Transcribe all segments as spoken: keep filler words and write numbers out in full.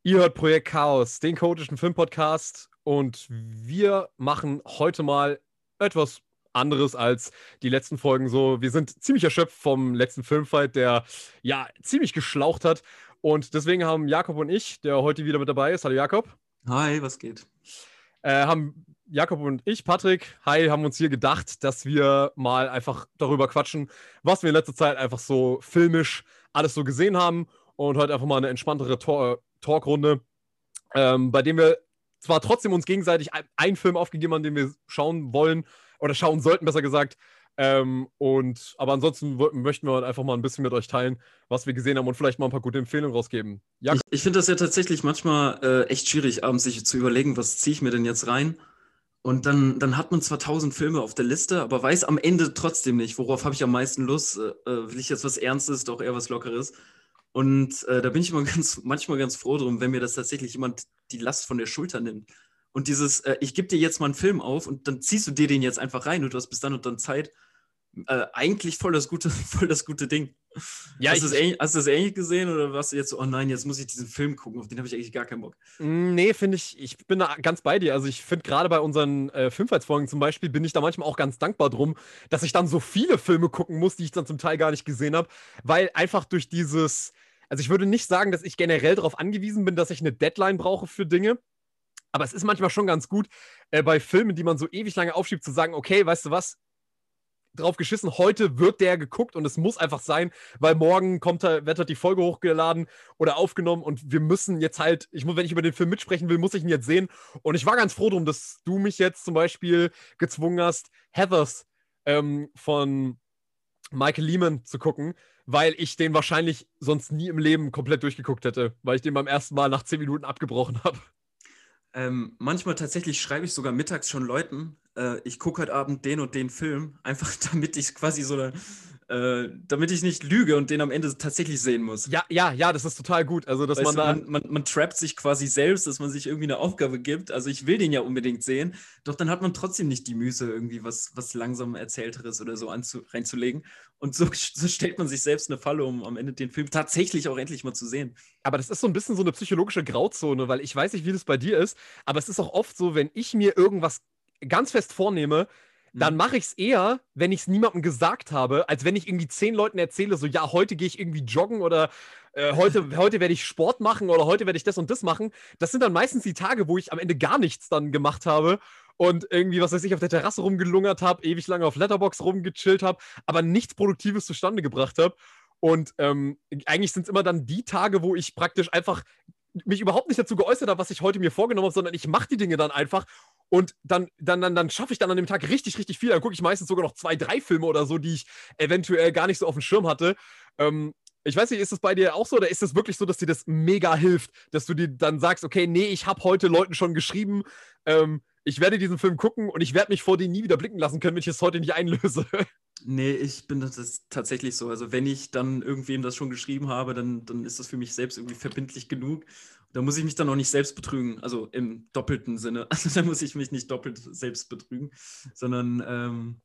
Ihr hört Projekt Chaos, den chaotischen Filmpodcast, und wir machen heute mal etwas anderes als die letzten Folgen so. Wir sind ziemlich erschöpft vom letzten Filmfight, der ja ziemlich geschlaucht hat, und deswegen haben Jakob und ich, der heute wieder mit dabei ist, hallo Jakob. Hi, was geht? Äh, haben Jakob und ich, Patrick, hi, haben uns hier gedacht, dass wir mal einfach darüber quatschen, was wir in letzter Zeit einfach so filmisch alles so gesehen haben, und heute einfach mal eine entspanntere Tor- Talkrunde, ähm, bei dem wir zwar trotzdem uns gegenseitig ein, einen Film aufgegeben haben, den wir schauen wollen, oder schauen sollten, besser gesagt, ähm, und, aber ansonsten w- möchten wir einfach mal ein bisschen mit euch teilen, was wir gesehen haben, und vielleicht mal ein paar gute Empfehlungen rausgeben. Ich, Jakob? ich finde das ja tatsächlich manchmal äh, echt schwierig, abends sich zu überlegen, was ziehe ich mir denn jetzt rein? Und dann, dann hat man zwar tausend Filme auf der Liste, aber weiß am Ende trotzdem nicht, worauf habe ich am meisten Lust. Äh, äh, will ich jetzt was Ernstes, doch eher was Lockeres? Und äh, da bin ich immer ganz, manchmal ganz froh drum, wenn mir das tatsächlich jemand die Last von der Schulter nimmt. Und dieses, äh, ich gebe dir jetzt mal einen Film auf und dann ziehst du dir den jetzt einfach rein und du hast bis dann und dann Zeit. Äh, eigentlich voll das gute, voll das gute Ding. Ja, hast, du ich, das ähnlich, hast du das ähnlich gesehen oder warst du jetzt so, oh nein, jetzt muss ich diesen Film gucken, auf den habe ich eigentlich gar keinen Bock? Nee, finde ich, ich bin da ganz bei dir. Also ich finde gerade bei unseren äh, Filmfights-Folgen zum Beispiel, bin ich da manchmal auch ganz dankbar drum, dass ich dann so viele Filme gucken muss, die ich dann zum Teil gar nicht gesehen habe, weil einfach durch dieses, also ich würde nicht sagen, dass ich generell darauf angewiesen bin, dass ich eine Deadline brauche für Dinge, aber es ist manchmal schon ganz gut, äh, bei Filmen, die man so ewig lange aufschiebt, zu sagen, okay, weißt du was, drauf geschissen, heute wird der geguckt, und es muss einfach sein, weil morgen kommt da, wird halt die Folge hochgeladen oder aufgenommen, und wir müssen jetzt halt, ich muss, wenn ich über den Film mitsprechen will, muss ich ihn jetzt sehen, und ich war ganz froh drum, dass du mich jetzt zum Beispiel gezwungen hast, Heathers ähm, von Michael Lehmann zu gucken, weil ich den wahrscheinlich sonst nie im Leben komplett durchgeguckt hätte, weil ich den beim ersten Mal nach zehn Minuten abgebrochen habe. Ähm, manchmal tatsächlich schreibe ich sogar mittags schon Leuten, äh, ich gucke heute Abend den und den Film, einfach damit ich quasi so eine, äh, damit ich nicht lüge und den am Ende tatsächlich sehen muss. Ja, ja, ja, das ist total gut, also dass man Weißt du, da, man, man, man trappt sich quasi selbst, dass man sich irgendwie eine Aufgabe gibt. Also ich will den ja unbedingt sehen, doch dann hat man trotzdem nicht die Muße, irgendwie was, was langsam Erzählteres oder so anzu, reinzulegen. Und so, so stellt man sich selbst eine Falle, um am Ende den Film tatsächlich auch endlich mal zu sehen. aber das ist so ein bisschen so eine psychologische Grauzone, weil ich weiß nicht, wie das bei dir ist, aber es ist auch oft so, wenn ich mir irgendwas ganz fest vornehme, dann Hm? mache ich es eher, wenn ich es niemandem gesagt habe, als wenn ich irgendwie zehn Leuten erzähle, so, ja, heute gehe ich irgendwie joggen, oder äh, heute, heute werde ich Sport machen, oder heute werde ich das und das machen. Das sind dann meistens die Tage, wo ich am Ende gar nichts dann gemacht habe und irgendwie, was weiß ich, auf der Terrasse rumgelungert habe, ewig lange auf Letterboxd rumgechillt habe, aber nichts Produktives zustande gebracht habe. Und ähm, eigentlich sind es immer dann die Tage, wo ich praktisch einfach mich überhaupt nicht dazu geäußert habe, was ich heute mir vorgenommen habe, sondern ich mache die Dinge dann einfach, und dann, dann, dann, dann schaffe ich dann an dem Tag richtig, richtig viel. Dann gucke ich meistens sogar noch zwei, drei Filme oder so, die ich eventuell gar nicht so auf dem Schirm hatte. Ähm, ich weiß nicht, ist das bei dir auch so, oder ist es wirklich so, dass dir das mega hilft, dass du dir dann sagst, okay, nee, ich habe heute Leuten schon geschrieben, ähm, ich werde diesen Film gucken und ich werde mich vor denen nie wieder blicken lassen können, wenn ich es heute nicht einlöse? Nee, ich bin das ist tatsächlich so. Also wenn ich dann irgendwem das schon geschrieben habe, dann, dann ist das für mich selbst irgendwie verbindlich genug. Da muss ich mich dann auch nicht selbst betrügen, also im doppelten Sinne. Also da muss ich mich nicht doppelt selbst betrügen, sondern ähm,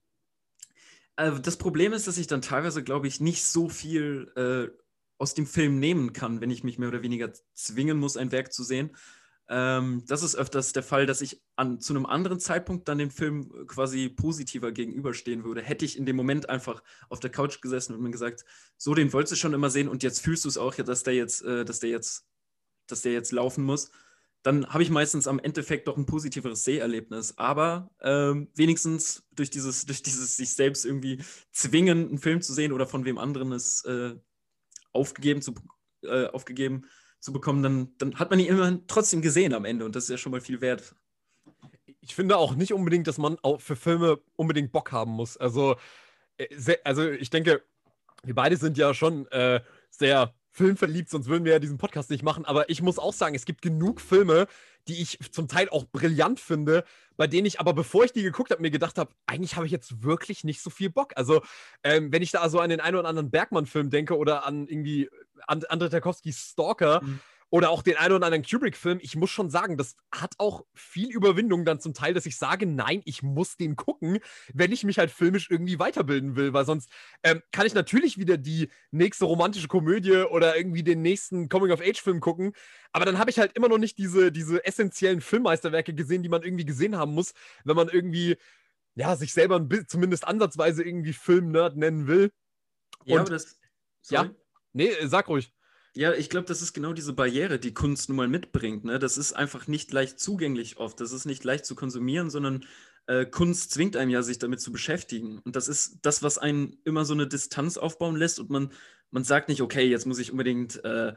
äh, das Problem ist, dass ich dann teilweise, glaube ich, nicht so viel äh, aus dem Film nehmen kann, wenn ich mich mehr oder weniger zwingen muss, ein Werk zu sehen. Ähm, das ist öfters der Fall, dass ich an, zu einem anderen Zeitpunkt dann dem Film quasi positiver gegenüberstehen würde. Hätte ich in dem Moment einfach auf der Couch gesessen und mir gesagt, so, den wolltest du schon immer sehen und jetzt fühlst du es auch, ja, dass der jetzt, äh, dass der jetzt, dass der jetzt laufen muss, dann habe ich meistens am Endeffekt doch ein positiveres Seherlebnis. Aber ähm, wenigstens durch dieses, durch dieses sich selbst irgendwie zwingen, einen Film zu sehen oder von wem anderen es äh, aufgegeben zu, äh, aufgegeben zu bekommen, dann, dann hat man ihn immerhin trotzdem gesehen am Ende und das ist ja schon mal viel wert. Ich finde auch nicht unbedingt, dass man auch für Filme unbedingt Bock haben muss. Also, äh, se- also ich denke, wir beide sind ja schon äh, sehr filmverliebt, sonst würden wir ja diesen Podcast nicht machen. Aber ich muss auch sagen, es gibt genug Filme, die ich zum Teil auch brillant finde, bei denen ich aber, bevor ich die geguckt habe, mir gedacht habe, eigentlich habe ich jetzt wirklich nicht so viel Bock. Also, ähm, wenn ich da so an den einen oder anderen Bergmann-Film denke oder an irgendwie And Andrei Tarkovskys Stalker, Mhm. oder auch den einen oder anderen Kubrick-Film, ich muss schon sagen, das hat auch viel Überwindung dann zum Teil, dass ich sage, nein, ich muss den gucken, wenn ich mich halt filmisch irgendwie weiterbilden will, weil sonst ähm, kann ich natürlich wieder die nächste romantische Komödie oder irgendwie den nächsten Coming-of-Age-Film gucken, aber dann habe ich halt immer noch nicht diese, diese essentiellen Filmmeisterwerke gesehen, die man irgendwie gesehen haben muss, wenn man irgendwie, ja, sich selber ein bi- zumindest ansatzweise irgendwie Film-Nerd nennen will. Ja, Und aber das. ja, Sorry. nee, äh, sag ruhig. Ja, ich glaube, das ist genau diese Barriere, die Kunst nun mal mitbringt. Ne? Das ist einfach nicht leicht zugänglich oft. Das ist nicht leicht zu konsumieren, sondern äh, Kunst zwingt einem ja, sich damit zu beschäftigen. Und das ist das, was einen immer so eine Distanz aufbauen lässt. Und man, man sagt nicht, okay, jetzt muss ich unbedingt äh,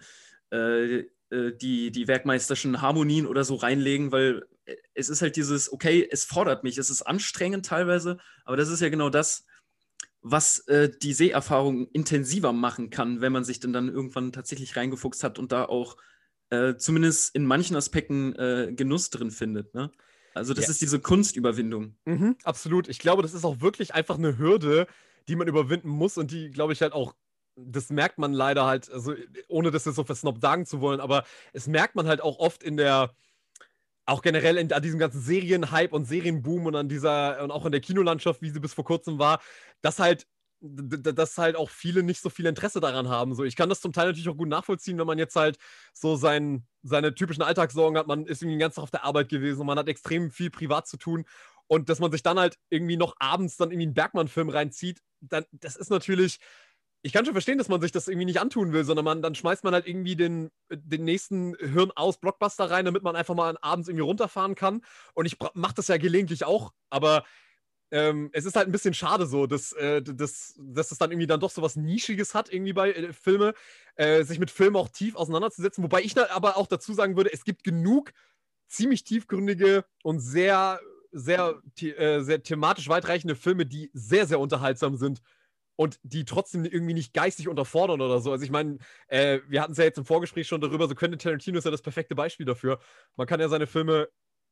äh, äh, die, die werkmeisterschen Harmonien oder so reinlegen, weil äh, es ist halt dieses, okay, es fordert mich, es ist anstrengend teilweise, aber das ist ja genau das, was äh, die Seherfahrung intensiver machen kann, wenn man sich denn dann irgendwann tatsächlich reingefuchst hat und da auch äh, zumindest in manchen Aspekten äh, Genuss drin findet. Ne? Also das Ja. ist diese Kunstüberwindung. Mhm, absolut. Ich glaube, das ist auch wirklich einfach eine Hürde, die man überwinden muss und die, glaube ich, halt auch, das merkt man leider halt, also ohne das jetzt so versnobbt sagen zu wollen, aber es merkt man halt auch oft in der, auch generell in, an diesem ganzen Serienhype und Serienboom und an dieser, und auch in der Kinolandschaft, wie sie bis vor kurzem war, dass halt, d- d- dass halt auch viele nicht so viel Interesse daran haben. So, ich kann das zum Teil natürlich auch gut nachvollziehen, wenn man jetzt halt so sein, seine typischen Alltagssorgen hat, man ist irgendwie den ganzen Tag auf der Arbeit gewesen und man hat extrem viel privat zu tun und dass man sich dann halt irgendwie noch abends dann irgendwie einen Bergmann-Film reinzieht, dann, das ist natürlich, ich kann schon verstehen, dass man sich das irgendwie nicht antun will, sondern man, dann schmeißt man halt irgendwie den, den nächsten Hirn aus Blockbuster rein, damit man einfach mal abends irgendwie runterfahren kann. Und ich mache das ja gelegentlich auch, aber ähm, es ist halt ein bisschen schade so, dass, äh, dass, dass es dann irgendwie dann doch so was Nischiges hat, irgendwie bei äh, Filme, äh, sich mit Filmen auch tief auseinanderzusetzen. Wobei ich da aber auch dazu sagen würde, es gibt genug ziemlich tiefgründige und sehr, sehr, the äh, sehr thematisch weitreichende Filme, die sehr, sehr unterhaltsam sind und die trotzdem irgendwie nicht geistig unterfordern oder so. Also ich meine, äh, wir hatten es ja jetzt im Vorgespräch schon darüber, so Quentin Tarantino ist ja das perfekte Beispiel dafür. Man kann ja seine Filme,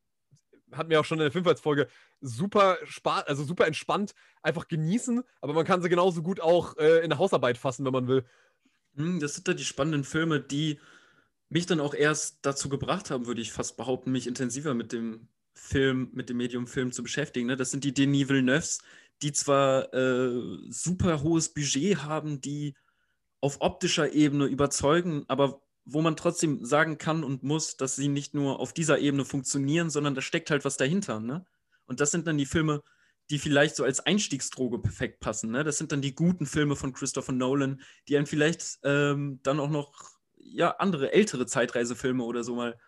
hatten wir auch schon in der Filmfights-Folge, super Spaß, also super entspannt einfach genießen, aber man kann sie genauso gut auch äh, in der Hausarbeit fassen, wenn man will. Hm, das sind dann die spannenden Filme, die mich dann auch erst dazu gebracht haben, würde ich fast behaupten, mich intensiver mit dem Film, mit dem Medium Film zu beschäftigen. Ne? Das sind die Denis Villeneuves, die zwar äh, super hohes Budget haben, die auf optischer Ebene überzeugen, aber wo man trotzdem sagen kann und muss, dass sie nicht nur auf dieser Ebene funktionieren, sondern da steckt halt was dahinter. Ne? Und das sind dann die Filme, die vielleicht so als Einstiegsdroge perfekt passen. Ne? Das sind dann die guten Filme von Christopher Nolan, die einen vielleicht ähm, dann auch noch ja, andere, ältere Zeitreisefilme oder so mal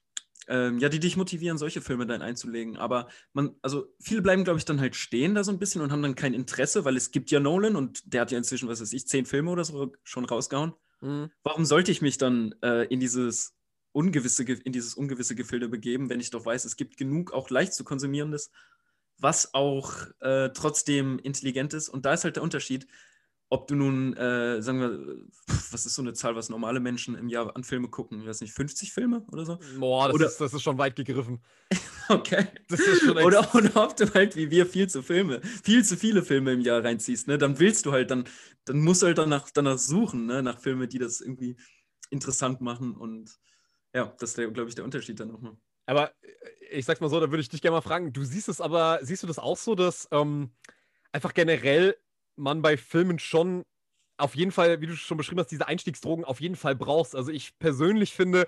ähm, ja, die dich motivieren, solche Filme dann einzulegen. Aber man, also viele bleiben, glaube ich, dann halt stehen da so ein bisschen und haben dann kein Interesse, weil es gibt ja Nolan und der hat ja inzwischen, was weiß ich, zehn Filme oder so schon rausgehauen. Mhm. Warum sollte ich mich dann äh, in dieses ungewisse, Ge- in dieses ungewisse Gefilde begeben, wenn ich doch weiß, es gibt genug auch leicht zu konsumierendes, was auch äh, trotzdem intelligent ist. Und da ist halt der Unterschied, ob du nun, äh, sagen wir, pf, was ist so eine Zahl, was normale Menschen im Jahr an Filme gucken? Ich weiß nicht, fünfzig Filme oder so? Boah, das Oder, ist, das ist schon weit gegriffen. okay. Das ist schon Oder, ex oder ob du halt wie wir viel zu Filme, viel zu viele Filme im Jahr reinziehst, ne? Dann willst du halt, dann, dann musst du halt danach, danach suchen, ne? Nach Filmen, die das irgendwie interessant machen. Und ja, das ist, glaube ich, der Unterschied dann nochmal. Aber äh, ich sag's mal so, da würde ich dich gerne mal fragen, du siehst es aber, siehst du das auch so, dass ähm, einfach generell man bei Filmen schon auf jeden Fall, wie du schon beschrieben hast, diese Einstiegsdrogen auf jeden Fall brauchst. Also ich persönlich finde,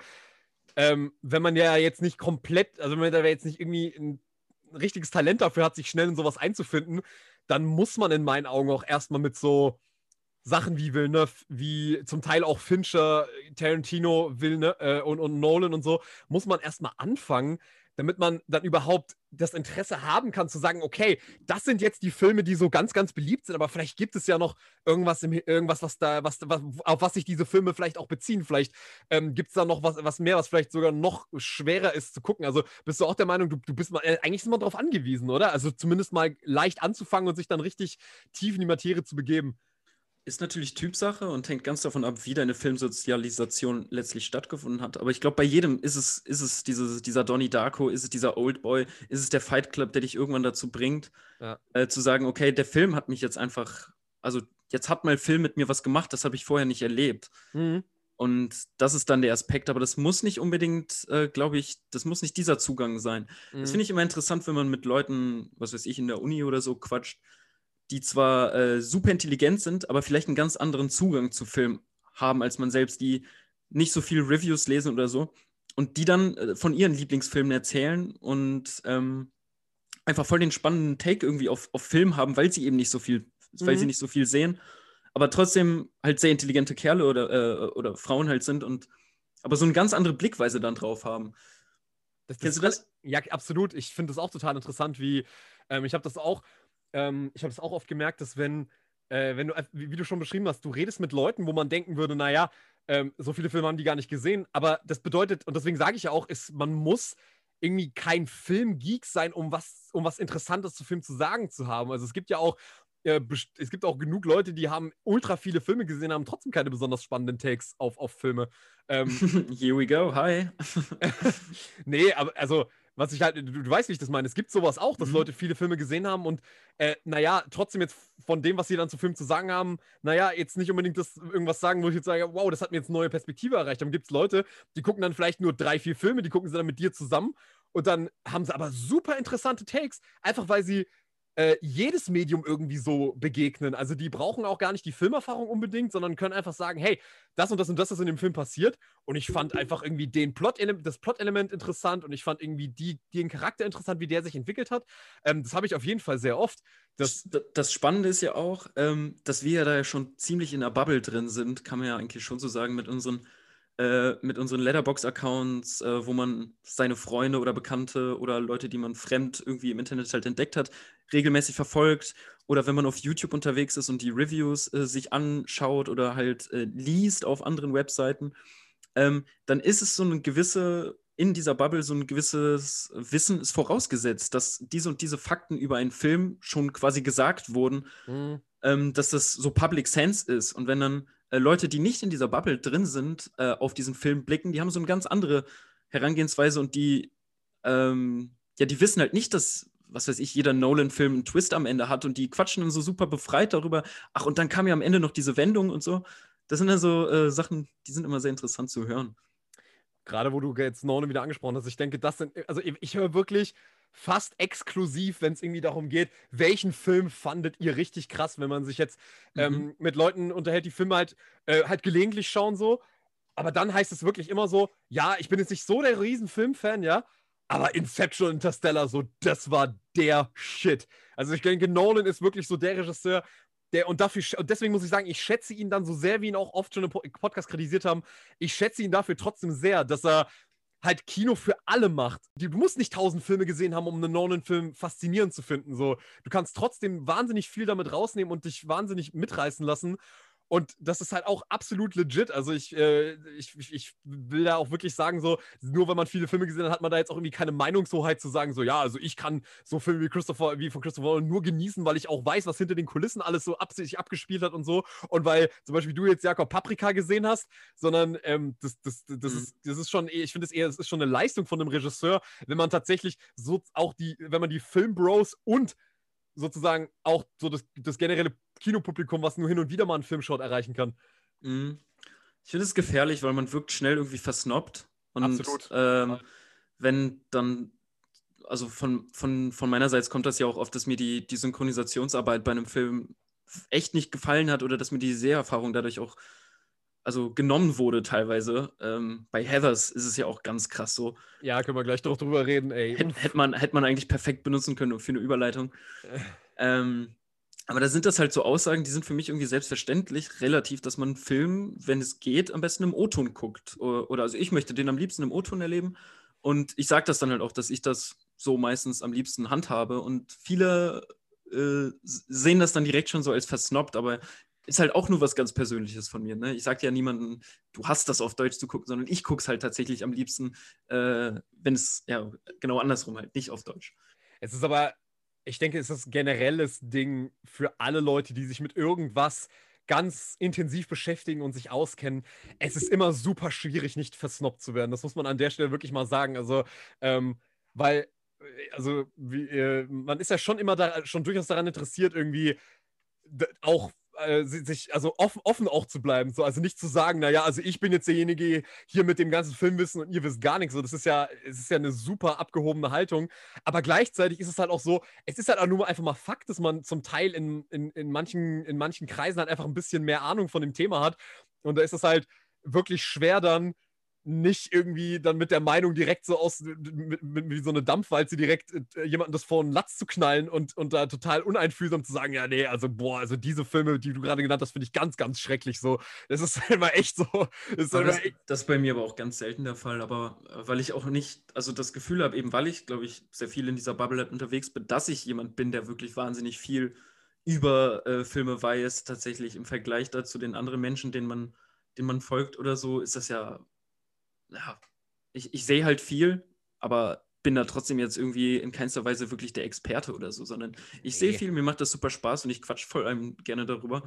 ähm, wenn man ja jetzt nicht komplett, also wenn man da jetzt nicht irgendwie ein richtiges Talent dafür hat, sich schnell in sowas einzufinden, dann muss man in meinen Augen auch erstmal mit so Sachen wie Villeneuve, wie zum Teil auch Fincher, Tarantino, Villeneuve äh, und, und Nolan und so, muss man erstmal anfangen, damit man dann überhaupt das Interesse haben kann, zu sagen, okay, das sind jetzt die Filme, die so ganz, ganz beliebt sind, aber vielleicht gibt es ja noch irgendwas, im, irgendwas was da, was, was, auf was sich diese Filme vielleicht auch beziehen. Vielleicht ähm, gibt es da noch was, was mehr, was vielleicht sogar noch schwerer ist zu gucken. Also bist du auch der Meinung, du, du bist mal, äh, eigentlich ist man darauf angewiesen, oder? Also zumindest mal leicht anzufangen und sich dann richtig tief in die Materie zu begeben. Ist natürlich Typsache und hängt ganz davon ab, wie deine Filmsozialisation letztlich stattgefunden hat. Aber ich glaube, bei jedem ist es, ist es dieses, dieser Donnie Darko, ist es dieser Oldboy, ist es der Fight Club, der dich irgendwann dazu bringt, Ja. äh, zu sagen, okay, der Film hat mich jetzt einfach, also jetzt hat mein Film mit mir was gemacht, das habe ich vorher nicht erlebt. Mhm. Und das ist dann der Aspekt, aber das muss nicht unbedingt, äh, glaube ich, das muss nicht dieser Zugang sein. Das Mhm. finde ich immer interessant, wenn man mit Leuten, was weiß ich, in der Uni oder so quatscht, die zwar äh, super intelligent sind, aber vielleicht einen ganz anderen Zugang zu Film haben als man selbst, die nicht so viel Reviews lesen oder so und die dann äh, von ihren Lieblingsfilmen erzählen und ähm, einfach voll den spannenden Take irgendwie auf, auf Film haben, weil sie eben nicht so viel, weil sie Mhm. nicht so viel sehen, aber trotzdem halt sehr intelligente Kerle oder, äh, oder Frauen halt sind und aber so eine ganz andere Blickweise dann drauf haben. Das, das Kennst du kann, das? ja, absolut. Ich finde das auch total interessant, wie ähm, ich habe das auch, ähm, ich habe das auch oft gemerkt, dass wenn, äh, wenn du, äh, wie, wie du schon beschrieben hast, du redest mit Leuten, wo man denken würde, naja, ähm, so viele Filme haben die gar nicht gesehen, aber das bedeutet, und deswegen sage ich ja auch, ist, man muss irgendwie kein Filmgeek sein, um was, um was Interessantes zu Film zu sagen zu haben. Also es gibt ja auch, äh, best- es gibt auch genug Leute, die haben ultra viele Filme gesehen, haben trotzdem keine besonders spannenden Takes auf, auf Filme. Ähm, Here we go, hi. Nee, aber also, was ich halt, du, du weißt, wie ich das meine. Es gibt sowas auch, dass Mhm. Leute viele Filme gesehen haben und, äh, naja, trotzdem jetzt von dem, was sie dann zu Film zu sagen haben, naja, jetzt nicht unbedingt das irgendwas sagen, wo ich jetzt sage, wow, das hat mir jetzt eine neue Perspektive erreicht. Dann gibt es Leute, die gucken dann vielleicht nur drei, vier Filme, die gucken sie dann mit dir zusammen und dann haben sie aber super interessante Takes, einfach weil sie äh, jedes Medium irgendwie so begegnen. Also die brauchen auch gar nicht die Filmerfahrung unbedingt, sondern können einfach sagen, hey, das und das und das ist in dem Film passiert und ich fand einfach irgendwie den Plot das Plot-Element interessant und ich fand irgendwie die, den Charakter interessant, wie der sich entwickelt hat. Ähm, das habe ich auf jeden Fall sehr oft. Das, Das Spannende ist ja auch, ähm, dass wir ja da ja schon ziemlich in der Bubble drin sind, kann man ja eigentlich schon so sagen, mit unseren, äh, mit unseren Letterboxd-Accounts, äh, wo man seine Freunde oder Bekannte oder Leute, die man fremd irgendwie im Internet halt entdeckt hat, regelmäßig verfolgt. Oder wenn man auf YouTube unterwegs ist und die Reviews äh, sich anschaut oder halt äh, liest auf anderen Webseiten, ähm, dann ist es so eine gewisse, in dieser Bubble so ein gewisses Wissen ist vorausgesetzt, dass diese und diese Fakten über einen Film schon quasi gesagt wurden, mh, ähm, dass das so Public Sense ist. Und wenn dann äh, Leute, die nicht in dieser Bubble drin sind, äh, auf diesen Film blicken, die haben so eine ganz andere Herangehensweise und die, ähm, ja, die wissen halt nicht, dass, was weiß ich, jeder Nolan-Film einen Twist am Ende hat und die quatschen dann so super befreit darüber. Ach, und dann kam ja am Ende noch diese Wendung und so. Das sind dann so äh, Sachen, die sind immer sehr interessant zu hören. Gerade wo du jetzt None wieder angesprochen hast, ich denke, das sind, also ich, ich höre wirklich fast exklusiv, wenn es irgendwie darum geht, welchen Film fandet ihr richtig krass, wenn man sich jetzt Mhm. ähm, mit Leuten unterhält, die Filme halt, äh, halt gelegentlich schauen so. Aber dann heißt es wirklich immer so, ja, ich bin jetzt nicht so der riesen Filmfan, ja, aber Inception und Interstellar, so, das war der Shit. Also ich denke, Nolan ist wirklich so der Regisseur, der, und dafür, und deswegen muss ich sagen, ich schätze ihn dann so sehr, wie ihn auch oft schon im Podcast kritisiert haben, ich schätze ihn dafür trotzdem sehr, dass er halt Kino für alle macht. Du musst nicht tausend Filme gesehen haben, um einen Nolan-Film faszinierend zu finden. So, du kannst trotzdem wahnsinnig viel damit rausnehmen und dich wahnsinnig mitreißen lassen. Und das ist halt auch absolut legit. Also ich, äh, ich, ich, ich will da auch wirklich sagen, so, nur wenn man viele Filme gesehen hat, hat man da jetzt auch irgendwie keine Meinungshoheit zu sagen, so, ja, also ich kann so Filme wie Christopher, wie von Christopher Nolan nur genießen, weil ich auch weiß, was hinter den Kulissen alles so absichtlich abgespielt hat und so. Und weil zum Beispiel du jetzt Jakob Paprika gesehen hast, sondern ähm, das, das, das, Mhm. ist, das ist schon, ich finde es eher, es ist schon eine Leistung von einem Regisseur, wenn man tatsächlich so auch die, wenn man die Filmbros und sozusagen auch so das, das generelle Kinopublikum, was nur hin und wieder mal einen Film schaut, erreichen kann. Mhm. Ich finde es gefährlich, weil man wirkt schnell irgendwie versnobbt. Und Absolut. ähm, wenn dann, also von, von, von meinerseits kommt das ja auch oft, dass mir die, die Synchronisationsarbeit bei einem Film echt nicht gefallen hat oder dass mir die Seherfahrung dadurch auch also genommen wurde teilweise. Ähm, bei Heathers ist es ja auch ganz krass so. Ja, können wir gleich noch drüber reden, ey. Hätte hätt Uff. man, hätt man eigentlich perfekt benutzen können für eine Überleitung. Ähm, aber da sind das halt so Aussagen, die sind für mich irgendwie selbstverständlich relativ, dass man einen Film, wenn es geht, am besten im O-Ton guckt. Oder, oder also ich möchte den am liebsten im O-Ton erleben. Und ich sage das dann halt auch, dass ich das so meistens am liebsten handhabe. Und viele äh, sehen das dann direkt schon so als versnobbt, aber ist halt auch nur was ganz Persönliches von mir. Ne? Ich sage ja niemandem, du hast das auf Deutsch zu gucken, sondern ich gucke es halt tatsächlich am liebsten, äh, wenn es, ja, genau andersrum halt, nicht auf Deutsch. Es ist aber, ich denke, es ist ein generelles Ding für alle Leute, die sich mit irgendwas ganz intensiv beschäftigen und sich auskennen. Es ist immer super schwierig, nicht versnobbt zu werden. Das muss man an der Stelle wirklich mal sagen. Also, ähm, weil, äh, also, wie, äh, man ist ja schon immer da, schon durchaus daran interessiert, irgendwie d- auch äh, sich, also offen, offen auch zu bleiben. So, also nicht zu sagen, naja, also ich bin jetzt derjenige hier mit dem ganzen Filmwissen und ihr wisst gar nichts. So, das ist ja, es ist ja eine super abgehobene Haltung. Aber gleichzeitig ist es halt auch so, es ist halt auch nur mal einfach mal Fakt, dass man zum Teil in, in, in, manchen, in manchen Kreisen halt einfach ein bisschen mehr Ahnung von dem Thema hat. Und da ist es halt wirklich schwer dann, nicht irgendwie dann mit der Meinung direkt so aus, mit, mit, wie so eine Dampfwalze direkt äh, jemanden das vor den Latz zu knallen und, und da total uneinfühlsam zu sagen, ja, nee, also boah, also diese Filme, die du gerade genannt hast, finde ich ganz, ganz schrecklich so. Das ist immer echt so. Das ist, das, echt das ist bei mir aber auch ganz selten der Fall, aber äh, weil ich auch nicht, also das Gefühl habe, eben weil ich, glaube ich, sehr viel in dieser Bubble unterwegs bin, dass ich jemand bin, der wirklich wahnsinnig viel über äh, Filme weiß, tatsächlich im Vergleich dazu den anderen Menschen, denen man, denen man folgt oder so, ist das ja ja, ich, ich sehe halt viel, aber bin da trotzdem jetzt irgendwie in keinster Weise wirklich der Experte oder so, sondern ich sehe nee. viel, mir macht das super Spaß und ich quatsch voll einem gerne darüber.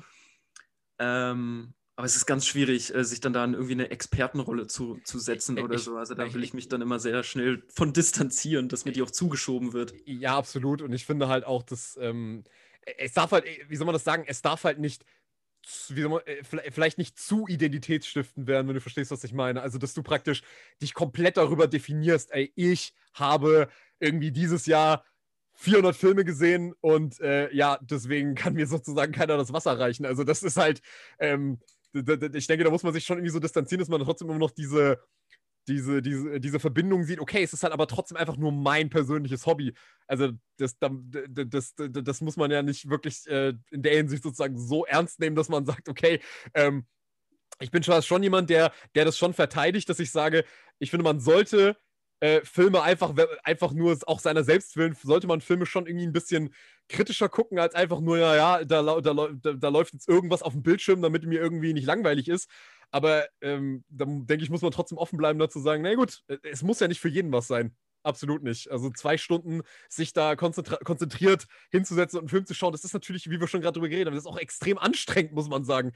Ähm, aber es ist ganz schwierig, äh, sich dann da in irgendwie eine Expertenrolle zu, zu setzen oder Ich, so. Also da ich, will ich mich dann immer sehr schnell von distanzieren, dass mir die auch zugeschoben wird. Ja, absolut. Und ich finde halt auch, dass ähm, es darf halt, wie soll man das sagen, es darf halt nicht, wie soll man, äh, vielleicht nicht zu identitätsstiftend werden, wenn du verstehst, was ich meine. Also, dass du praktisch dich komplett darüber definierst, ey, ich habe irgendwie dieses Jahr vierhundert Filme gesehen und äh, ja, deswegen kann mir sozusagen keiner das Wasser reichen. Also, das ist halt, ähm, ich denke, da muss man sich schon irgendwie so distanzieren, dass man trotzdem immer noch diese diese, diese, diese Verbindung sieht, okay, es ist halt aber trotzdem einfach nur mein persönliches Hobby. Also das, das, das, das muss man ja nicht wirklich äh, in der Hinsicht sozusagen so ernst nehmen, dass man sagt, okay, ähm, ich bin schon, schon jemand, der, der das schon verteidigt, dass ich sage, ich finde, man sollte äh, Filme einfach, einfach nur auch seiner selbst willen, sollte man Filme schon irgendwie ein bisschen kritischer gucken, als einfach nur, ja, ja, da, da, da, da läuft jetzt irgendwas auf dem Bildschirm, damit mir irgendwie nicht langweilig ist. Aber ähm, dann denke ich, muss man trotzdem offen bleiben, dazu sagen, na gut, es muss ja nicht für jeden was sein. Absolut nicht. Also zwei Stunden sich da konzentriert hinzusetzen und einen Film zu schauen, das ist natürlich, wie wir schon gerade drüber geredet haben, das ist auch extrem anstrengend, muss man sagen.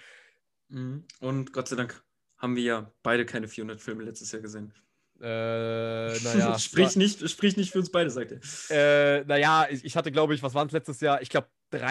Und Gott sei Dank haben wir ja beide keine vierhundert Filme letztes Jahr gesehen. Äh, naja. sprich, nicht, sprich nicht für uns beide, sagt er. Äh, naja, ich, ich hatte, glaube ich, was waren es letztes Jahr? Ich glaube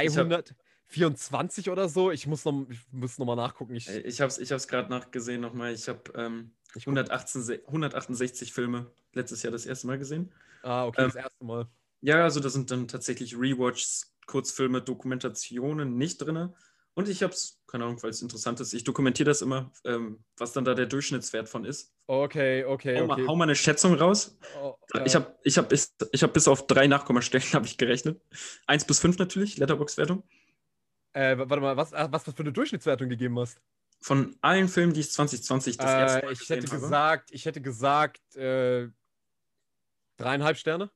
dreihundertvierundzwanzig oder so. Ich muss noch, ich muss noch mal nachgucken. Ich, ich habe es ich gerade nachgesehen nochmal. Ich habe ähm, hundertachtundsechzig Filme letztes Jahr das erste Mal gesehen. Ah, okay, ähm, das erste Mal. Ja, also da sind dann tatsächlich Rewatches, Kurzfilme, Dokumentationen nicht drin. Und ich habe es, keine Ahnung, weil es interessant ist, ich dokumentiere das immer, ähm, was dann da der Durchschnittswert von ist. Okay, okay, hau mal, okay. Hau mal eine Schätzung raus. Oh, äh, ich habe ich hab bis, hab bis auf drei Nachkommastellen habe ich gerechnet. Eins bis fünf natürlich, Letterboxd-Wertung. Äh, warte mal, was, was du für eine Durchschnittswertung gegeben hast? Von allen Filmen, die ich zwanzig zwanzig das äh, erste Mal ich gesehen hätte habe. gesagt, Ich hätte gesagt, äh, dreieinhalb Sterne.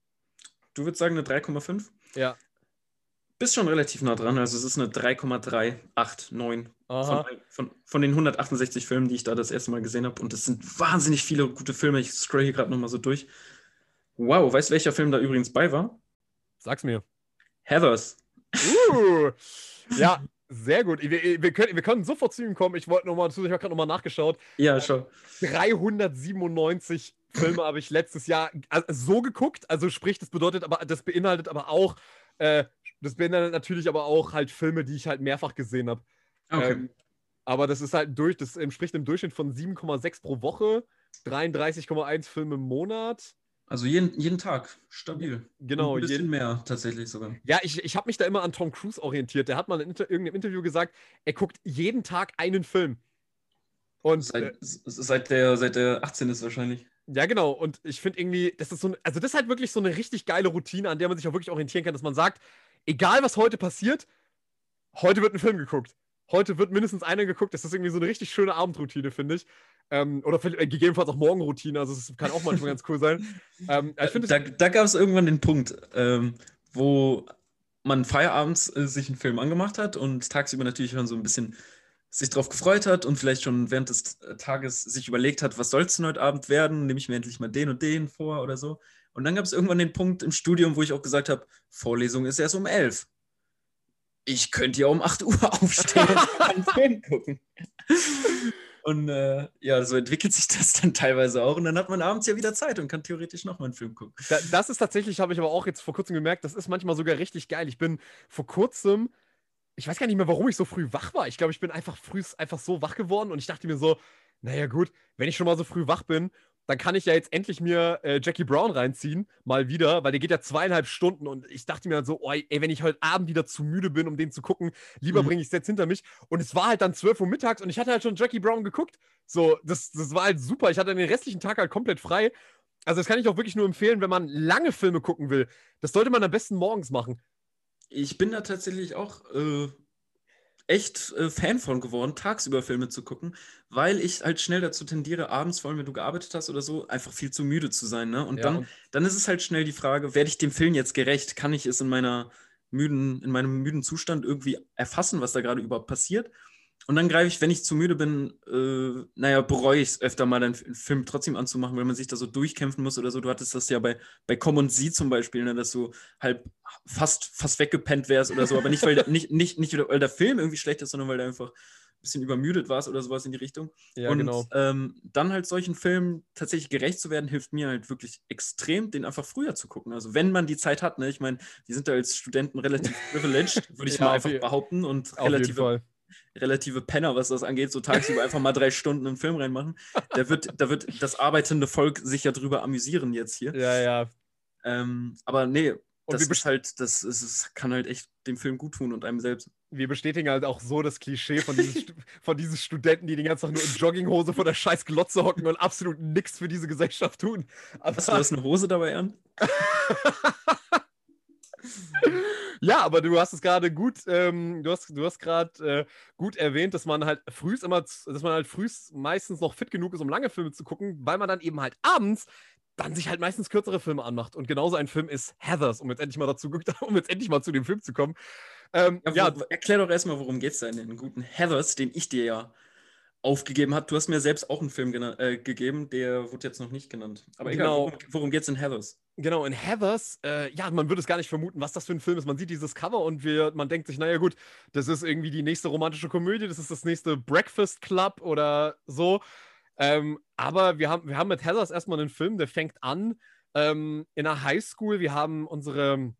Du würdest sagen eine drei Komma fünf? Ja. Bist schon relativ nah dran, also es ist eine drei Komma drei acht neun von, von, von den hundertachtundsechzig Filmen, die ich da das erste Mal gesehen habe. Und es sind wahnsinnig viele gute Filme. Ich scroll hier gerade nochmal so durch. Wow, weißt du, welcher Film da übrigens bei war? Sag's mir. Heathers. Uh, ja, sehr gut. Wir, wir, können, wir können sofort zu ihm kommen. Ich wollte nochmal, ich habe gerade nochmal nachgeschaut. Ja, schon. dreihundertsiebenundneunzig Filme habe ich letztes Jahr so geguckt. Also sprich, das bedeutet aber, das beinhaltet aber auch, äh, das beinhaltet natürlich aber auch halt Filme, die ich halt mehrfach gesehen habe. Okay. Ähm, aber das ist halt durch, das entspricht im Durchschnitt von sieben Komma sechs pro Woche, dreiunddreißig Komma eins Filme im Monat. Also jeden, jeden Tag, stabil. Genau. Und ein bisschen jeden, mehr tatsächlich sogar. Ja, ich, ich habe mich da immer an Tom Cruise orientiert. Der hat mal in inter, irgendeinem Interview gesagt, er guckt jeden Tag einen Film. Und, seit, äh, seit, der, seit der achtzehn ist wahrscheinlich. Ja, genau. Und ich finde irgendwie, das ist so, also das ist halt wirklich so eine richtig geile Routine, an der man sich auch wirklich orientieren kann, dass man sagt, egal was heute passiert, heute wird ein Film geguckt. Heute wird mindestens einer geguckt. Das ist irgendwie so eine richtig schöne Abendroutine, finde ich. Ähm, oder äh, gegebenenfalls auch Morgenroutine. Also das kann auch manchmal ganz cool sein. Ähm, ich find, da da gab es irgendwann den Punkt, ähm, wo man feierabends äh, sich einen Film angemacht hat und tagsüber natürlich schon so ein bisschen sich drauf gefreut hat und vielleicht schon während des Tages sich überlegt hat, was soll es denn heute Abend werden? Nehme ich mir endlich mal den und den vor oder so. Und dann gab es irgendwann den Punkt im Studium, wo ich auch gesagt habe, Vorlesung ist erst um elf. Ich könnte ja um acht Uhr aufstehen und einen Film gucken. Und äh, ja, so entwickelt sich das dann teilweise auch. Und dann hat man abends ja wieder Zeit und kann theoretisch nochmal einen Film gucken. Da, das ist tatsächlich, habe ich aber auch jetzt vor kurzem gemerkt, das ist manchmal sogar richtig geil. Ich bin vor kurzem ich weiß gar nicht mehr, warum ich so früh wach war. Ich glaube, ich bin einfach früh einfach so wach geworden und ich dachte mir so, naja gut, wenn ich schon mal so früh wach bin, dann kann ich ja jetzt endlich mir äh, Jackie Brown reinziehen, mal wieder, weil der geht ja zweieinhalb Stunden und ich dachte mir dann so, oh, ey, wenn ich heute Abend wieder zu müde bin, um den zu gucken, lieber Mhm. bringe ich es jetzt hinter mich. Und es war halt dann zwölf Uhr mittags und ich hatte halt schon Jackie Brown geguckt. So, das, das war halt super. Ich hatte den restlichen Tag halt komplett frei. Also das kann ich auch wirklich nur empfehlen, wenn man lange Filme gucken will. Das sollte man am besten morgens machen. Ich bin da tatsächlich auch äh, echt äh, Fan von geworden, tagsüber Filme zu gucken, weil ich halt schnell dazu tendiere, abends, vor allem wenn du gearbeitet hast oder so, einfach viel zu müde zu sein. Ne? Und Ja, dann, und dann ist es halt schnell die Frage, werde ich dem Film jetzt gerecht? Kann ich es in meiner müden, in meinem müden Zustand irgendwie erfassen, was da gerade überhaupt passiert? Und dann greife ich, wenn ich zu müde bin, äh, naja, bereue ich es öfter mal, den Film trotzdem anzumachen, weil man sich da so durchkämpfen muss oder so. Du hattest das ja bei, bei Komm und Sie zum Beispiel, ne, dass du halt fast, fast weggepennt wärst oder so, aber nicht, weil, nicht, nicht, nicht, weil der Film irgendwie schlecht ist, sondern weil du einfach ein bisschen übermüdet warst oder sowas in die Richtung. ja, Und genau. ähm, dann halt solchen Filmen tatsächlich gerecht zu werden, hilft mir halt wirklich extrem, den einfach früher zu gucken. Also wenn man die Zeit hat, ne, ich meine, die sind da als Studenten relativ privileged, würde ich Ja, mal auf einfach je- behaupten und Auf jeden relative Fall. relative Penner, was das angeht, so tagsüber einfach mal drei Stunden einen Film reinmachen. Da wird, da wird das arbeitende Volk sich ja drüber amüsieren jetzt hier. Ja, ja. Ähm, aber nee, Und das wir, ist halt, das ist, es kann halt echt dem Film gut tun und einem selbst. wir bestätigen halt auch so das Klischee von diesen, Stu- von diesen Studenten, die den ganzen Tag nur in Jogginghose vor der scheiß Glotze hocken und absolut nichts für diese Gesellschaft tun. Hast du Aber hast eine Hose dabei an? ja, aber du hast es gerade gut, ähm, du hast, du hast gerade äh, gut erwähnt, dass man halt frühs immer, z- dass man halt frühs meistens noch fit genug ist, um lange Filme zu gucken, weil man dann eben halt abends dann sich halt meistens kürzere Filme anmacht. Und genauso ein Film ist Heathers, um jetzt endlich mal dazu, um jetzt endlich mal zu dem Film zu kommen. Ähm, Ja, ja, wo, erklär doch erstmal, worum geht's da in den guten Heathers, den ich dir ja aufgegeben habe. Du hast mir selbst auch einen Film gena- äh, gegeben, der wurde jetzt noch nicht genannt. Aber egal, genau. worum, worum geht's in Heathers? Genau, in Heathers, äh, ja, man würde es gar nicht vermuten, was das für ein Film ist. Man sieht dieses Cover und wir, man denkt sich, naja gut, das ist irgendwie die nächste romantische Komödie, das ist das nächste Breakfast Club oder so. Ähm, aber wir haben, wir haben mit Heathers erstmal einen Film, der fängt an ähm, in einer Highschool. Wir haben unsere,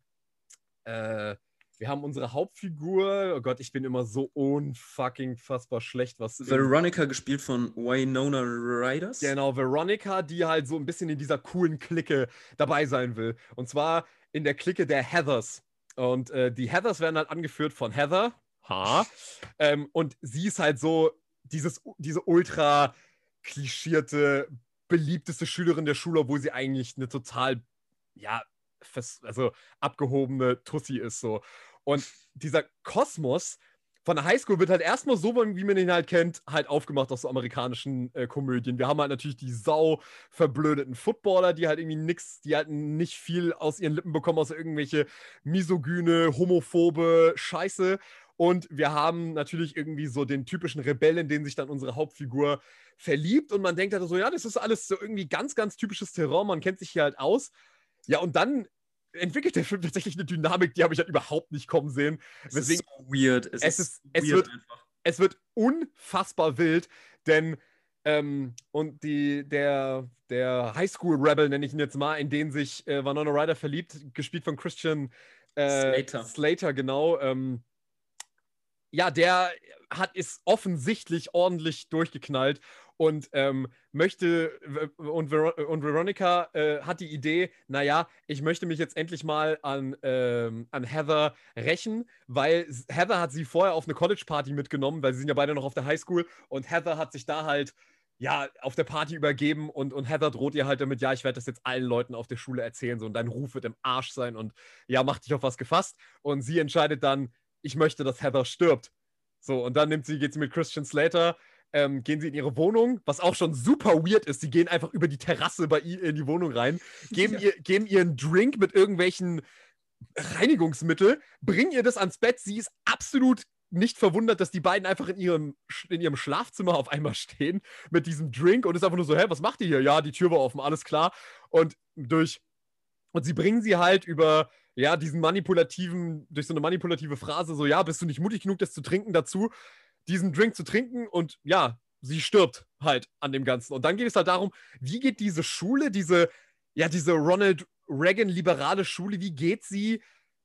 äh, wir haben unsere Hauptfigur. Oh Gott, ich bin immer so unfucking fassbar schlecht, was irgendwie. Veronica, gespielt von Winona Riders. Genau, Veronica, die halt so ein bisschen in dieser coolen Clique dabei sein will. Und zwar in der Clique der Heathers. Und äh, die Heathers werden halt angeführt von Heather. Ha. Ähm, und sie ist halt so dieses, diese ultra klischierte, beliebteste Schülerin der Schule, obwohl sie eigentlich eine total, ja, fest, also abgehobene Tussi ist so. Und dieser Kosmos von der Highschool wird halt erstmal so, wie man ihn halt kennt, halt aufgemacht aus so amerikanischen äh, Komödien. Wir haben halt natürlich die sau verblödeten Footballer, die halt irgendwie nix, die halt nicht viel aus ihren Lippen bekommen, außer irgendwelche misogyne, homophobe Scheiße. Und wir haben natürlich irgendwie so den typischen Rebellen, in den sich dann unsere Hauptfigur verliebt. Und man denkt halt so, ja, das ist alles so irgendwie ganz, ganz typisches Terror. Man kennt sich hier halt aus. Ja, und dann entwickelt der Film tatsächlich eine Dynamik, die habe ich halt überhaupt nicht kommen sehen. Es Weswegen ist so weird. Es, es, ist ist, es, weird wird, einfach. es wird unfassbar wild, denn ähm, und die, der, der Highschool-Rebel, nenne ich ihn jetzt mal, in den sich äh, Winona Ryder verliebt, gespielt von Christian äh, Slater. Slater, genau. Ähm, ja, der hat ist offensichtlich ordentlich durchgeknallt und ähm, möchte und, Ver und Veronica äh, hat die Idee, naja, ich möchte mich jetzt endlich mal an, ähm, an Heather rächen, weil Heather hat sie vorher auf eine College-Party mitgenommen, weil sie sind ja beide noch auf der Highschool und Heather hat sich da halt ja, auf der Party übergeben und, und Heather droht ihr halt damit, ja, ich werde das jetzt allen Leuten auf der Schule erzählen, so, und dein Ruf wird im Arsch sein und ja, mach dich auf was gefasst. Und sie entscheidet dann, ich möchte, dass Heather stirbt. So, und dann nimmt sie, geht sie mit Christian Slater, ähm, gehen sie in ihre Wohnung, was auch schon super weird ist. Sie gehen einfach über die Terrasse bei ihr in die Wohnung rein, geben, Ja. ihr, geben ihr einen Drink mit irgendwelchen Reinigungsmittel, bringen ihr das ans Bett. Sie ist absolut nicht verwundert, dass die beiden einfach in ihrem, in ihrem Schlafzimmer auf einmal stehen mit diesem Drink und ist einfach nur so, hä, was macht ihr hier? Ja, die Tür war offen, alles klar. Und durch und sie bringen sie halt über, ja, diesen manipulativen, durch so eine manipulative Phrase, so, ja, bist du nicht mutig genug, das zu trinken, dazu, diesen Drink zu trinken und ja, sie stirbt halt an dem Ganzen. Und dann geht es halt darum, wie geht diese Schule, diese, ja, diese Ronald Reagan liberale Schule, wie geht sie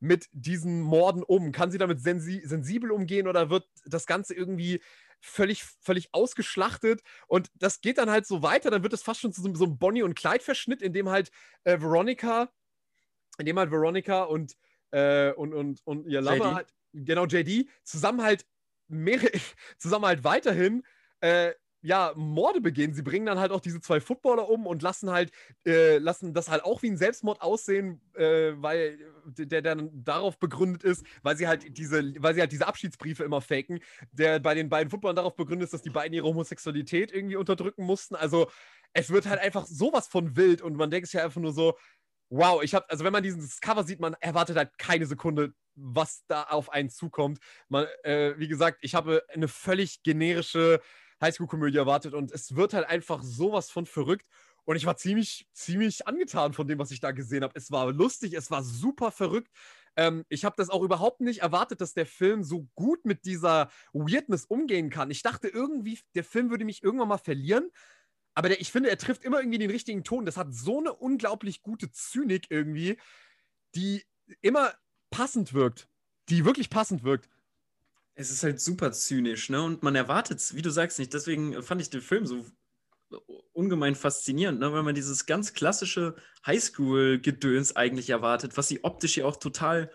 mit diesen Morden um? Kann sie damit sensi sensibel umgehen oder wird das Ganze irgendwie völlig, völlig ausgeschlachtet? Und das geht dann halt so weiter, dann wird es fast schon zu so, so einem Bonnie- und Clyde-Verschnitt, in dem halt äh, Veronica, in dem halt Veronica und, äh, und, und, und ihr Lover halt, genau, J D, zusammen halt mehrere, zusammen halt weiterhin äh, ja, Morde begehen. Sie bringen dann halt auch diese zwei Footballer um und lassen halt, äh, lassen das halt auch wie ein Selbstmord aussehen, äh, weil der dann darauf begründet ist, weil sie halt diese, weil sie halt diese Abschiedsbriefe immer faken, der bei den beiden Footballern darauf begründet ist, dass die beiden ihre Homosexualität irgendwie unterdrücken mussten. Also es wird halt einfach sowas von wild und man denkt sich ja einfach nur so, wow, ich habe, also wenn man dieses Cover sieht, man erwartet halt keine Sekunde, was da auf einen zukommt. Man, äh, wie gesagt, ich habe eine völlig generische Highschool-Komödie erwartet und es wird halt einfach sowas von verrückt und ich war ziemlich, ziemlich angetan von dem, was ich da gesehen habe. Es war lustig, es war super verrückt. Ähm, ich habe das auch überhaupt nicht erwartet, dass der Film so gut mit dieser Weirdness umgehen kann. Ich dachte irgendwie, der Film würde mich irgendwann mal verlieren, aber der, ich finde, er trifft immer irgendwie den richtigen Ton. Das hat so eine unglaublich gute Zynik irgendwie, die immer passend wirkt. Die wirklich passend wirkt. Es ist halt super zynisch, ne? Und man erwartet es, wie du sagst, nicht. Deswegen fand ich den Film so ungemein faszinierend, ne? Weil man dieses ganz klassische Highschool-Gedöns eigentlich erwartet, was sie optisch ja auch total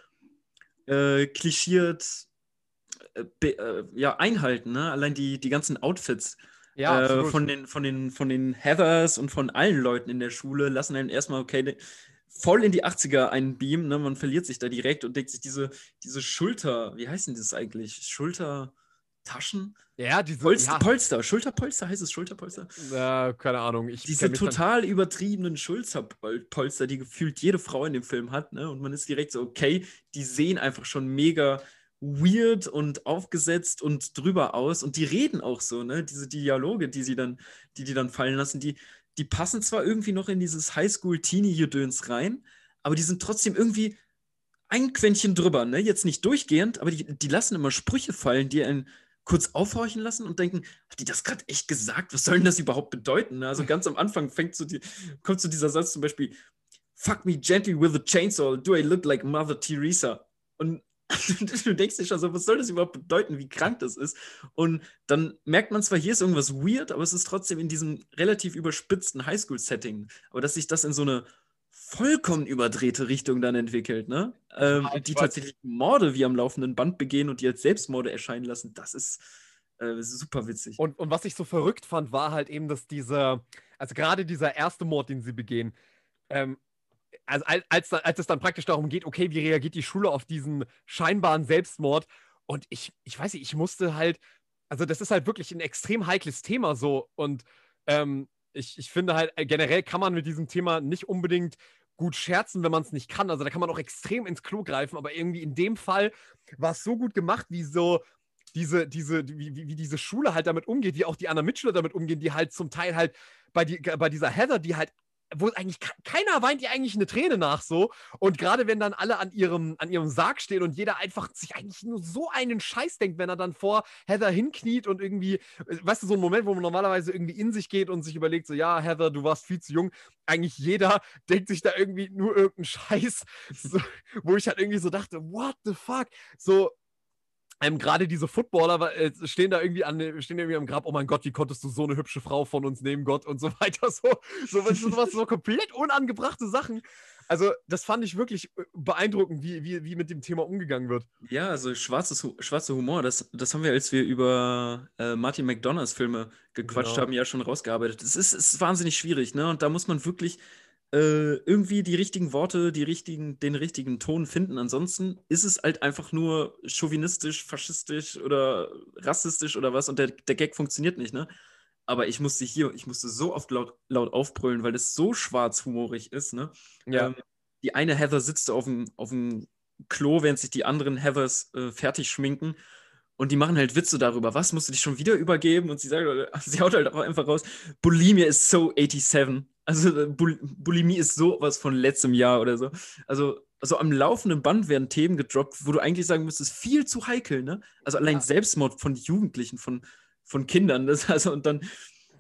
äh, klischiert äh, be- äh, ja, einhalten, ne? Allein die, die ganzen Outfits Ja, äh, absolut. von den, von den, von den Heathers und von allen Leuten in der Schule lassen einen erstmal, okay, ne, voll in die achtziger einbeamen, ne? Man verliert sich da direkt und denkt sich diese, diese Schulter, wie heißen das eigentlich? Schultertaschen? Ja, diese, Polster, ja, Polster, Schulterpolster, heißt es Schulterpolster? äh, keine Ahnung, ich Diese kenne mich dann. total übertriebenen Schulterpolster, die gefühlt jede Frau in dem Film hat, ne? Und man ist direkt so, okay, die sehen einfach schon mega weird und aufgesetzt und drüber aus und die reden auch so, ne? Diese Dialoge, die sie dann, die die dann fallen lassen, die, die passen zwar irgendwie noch in dieses Highschool-Teenie-Gedöns rein, aber die sind trotzdem irgendwie ein Quäntchen drüber, ne? Jetzt nicht durchgehend, aber die, die lassen immer Sprüche fallen, die einen kurz aufhorchen lassen und denken, hat die das gerade echt gesagt? Was soll denn das überhaupt bedeuten? Ne? Also ganz am Anfang fängt so die, kommt so dieser Satz zum Beispiel, fuck me gently with a chainsaw, do I look like Mother Teresa? Und du denkst dir schon so, was soll das überhaupt bedeuten, wie krank das ist? Und dann merkt man zwar, hier ist irgendwas weird, aber es ist trotzdem in diesem relativ überspitzten Highschool-Setting. Aber dass sich das in so eine vollkommen überdrehte Richtung dann entwickelt, ne? Ähm, Ja, und die ich weiß. tatsächlich Morde wie am laufenden Band begehen und die als Selbstmorde erscheinen lassen, das ist äh, super witzig. Und, und was ich so verrückt fand, war halt eben, dass dieser, also gerade dieser erste Mord, den sie begehen, ähm, also als, als, als es dann praktisch darum geht, okay, wie reagiert die Schule auf diesen scheinbaren Selbstmord? Und ich, ich weiß nicht, ich musste halt, also das ist halt wirklich ein extrem heikles Thema so. Und ähm, ich, ich finde halt, äh, generell kann man mit diesem Thema nicht unbedingt gut scherzen, wenn man es nicht kann. Also da kann man auch extrem ins Klo greifen, aber irgendwie in dem Fall war es so gut gemacht, wie so diese, diese, wie, wie, wie diese Schule halt damit umgeht, wie auch die anderen Mitschüler damit umgehen, die halt zum Teil halt bei, die, bei dieser Heather, die halt wo eigentlich keiner weint ihr eigentlich eine Träne nach so. Und gerade wenn dann alle an ihrem, an ihrem Sarg stehen und jeder einfach sich eigentlich nur so einen Scheiß denkt, wenn er dann vor Heather hinkniet und irgendwie, weißt du, so ein Moment, wo man normalerweise irgendwie in sich geht und sich überlegt, so, ja, Heather, du warst viel zu jung. Eigentlich jeder denkt sich da irgendwie nur irgendeinen Scheiß, so, wo ich halt irgendwie so dachte, what the fuck? So, ähm, gerade diese Footballer äh, stehen da irgendwie an, stehen irgendwie am Grab, oh mein Gott, wie konntest du so eine hübsche Frau von uns nehmen, Gott, und so weiter. So, so, so, was, so komplett unangebrachte Sachen. Also, das fand ich wirklich beeindruckend, wie, wie, wie mit dem Thema umgegangen wird. Ja, also schwarzes, Hu- schwarzer Humor, das, das haben wir, als wir über äh, Martin McDonaghs Filme gequatscht Genau. haben, ja schon rausgearbeitet. Es ist, es ist wahnsinnig schwierig, ne? Und da muss man wirklich äh, irgendwie die richtigen Worte, die richtigen, den richtigen Ton finden. Ansonsten ist es halt einfach nur chauvinistisch, faschistisch oder rassistisch oder was und der, der Gag funktioniert nicht, ne? Aber ich musste hier, ich musste so oft laut, laut aufbrüllen, weil es so schwarzhumorig ist, ne? Ja. Ähm, die eine Heather sitzt auf dem, auf dem Klo, während sich die anderen Heathers äh, fertig schminken. Und die machen halt Witze darüber. Was, musst du dich schon wieder übergeben? Und sie sagt, sie haut halt auch einfach raus, Bulimia ist so siebenundachtzig. Also äh, Bul Bulimie ist sowas von letztem Jahr oder so. Also, also am laufenden Band werden Themen gedroppt, wo du eigentlich sagen müsstest, viel zu heikel, ne? Also allein Ja. Selbstmord von Jugendlichen, von, von Kindern. Das, also, und dann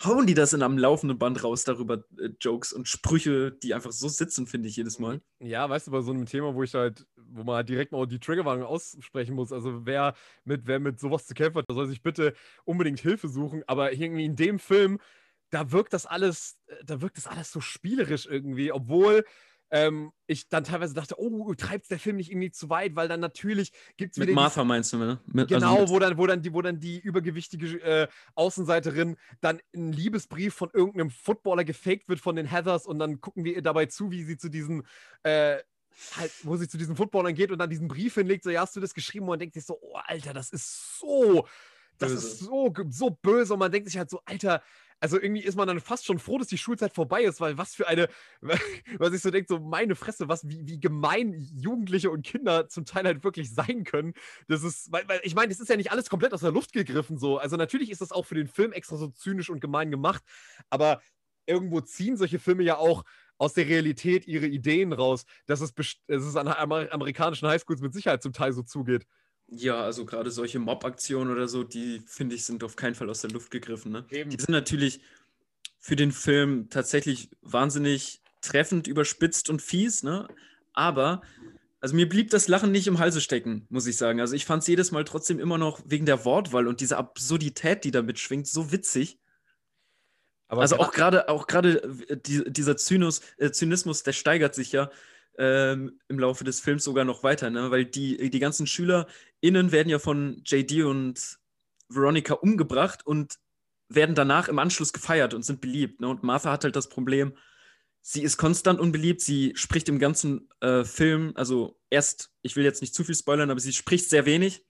hauen die das in einem laufenden Band raus darüber, äh, Jokes und Sprüche, die einfach so sitzen, finde ich jedes Mal. Ja, weißt du, bei so einem Thema, wo ich halt, wo man halt direkt mal die Triggerwarnung aussprechen muss. Also wer mit, wer mit sowas zu kämpfen hat, der soll sich bitte unbedingt Hilfe suchen. Aber irgendwie in dem Film, da wirkt das alles, äh, da wirkt das alles so spielerisch irgendwie, obwohl ähm, ich dann teilweise dachte, oh, treibt der Film nicht irgendwie zu weit, weil dann natürlich gibt es Mit wieder Martha die, meinst du, ne? Mit, genau, also mit, wo dann, wo dann die, wo dann die übergewichtige äh, Außenseiterin dann ein Liebesbrief von irgendeinem Footballer gefaked wird von den Heathers und dann gucken wir ihr dabei zu, wie sie zu diesen äh, halt, wo sie zu diesen Footballern geht und dann diesen Brief hinlegt, so, ja, hast du das geschrieben? Und man denkt sich so, oh, Alter, das ist so, das Böse. ist so, so böse und man denkt sich halt so, Alter, also irgendwie ist man dann fast schon froh, dass die Schulzeit vorbei ist, weil was für eine, was ich so denke, so meine Fresse, was, wie, wie gemein Jugendliche und Kinder zum Teil halt wirklich sein können. Das ist, weil, weil ich meine, das ist ja nicht alles komplett aus der Luft gegriffen so. Also natürlich ist das auch für den Film extra so zynisch und gemein gemacht, aber irgendwo ziehen solche Filme ja auch aus der Realität ihre Ideen raus, dass es, dass es an Amer amerikanischen Highschools mit Sicherheit zum Teil so zugeht. Ja, also gerade solche Mob-Aktionen oder so, die, finde ich, sind auf keinen Fall aus der Luft gegriffen. Ne? Eben. Die sind natürlich für den Film tatsächlich wahnsinnig treffend, überspitzt und fies, ne? Aber, also mir blieb das Lachen nicht im Halse stecken, muss ich sagen. Also ich fand es jedes Mal trotzdem immer noch wegen der Wortwahl und dieser Absurdität, die da mitschwingt, so witzig. Aber also auch gerade auch gerade die, dieser Zynos, äh, Zynismus, der steigert sich ja ähm, im Laufe des Films sogar noch weiter, ne? Weil die, die ganzen SchülerInnen werden ja von J D und Veronica umgebracht und werden danach im Anschluss gefeiert und sind beliebt. Ne? Und Martha hat halt das Problem, sie ist konstant unbeliebt, sie spricht im ganzen äh, Film, also erst, ich will jetzt nicht zu viel spoilern, aber sie spricht sehr wenig.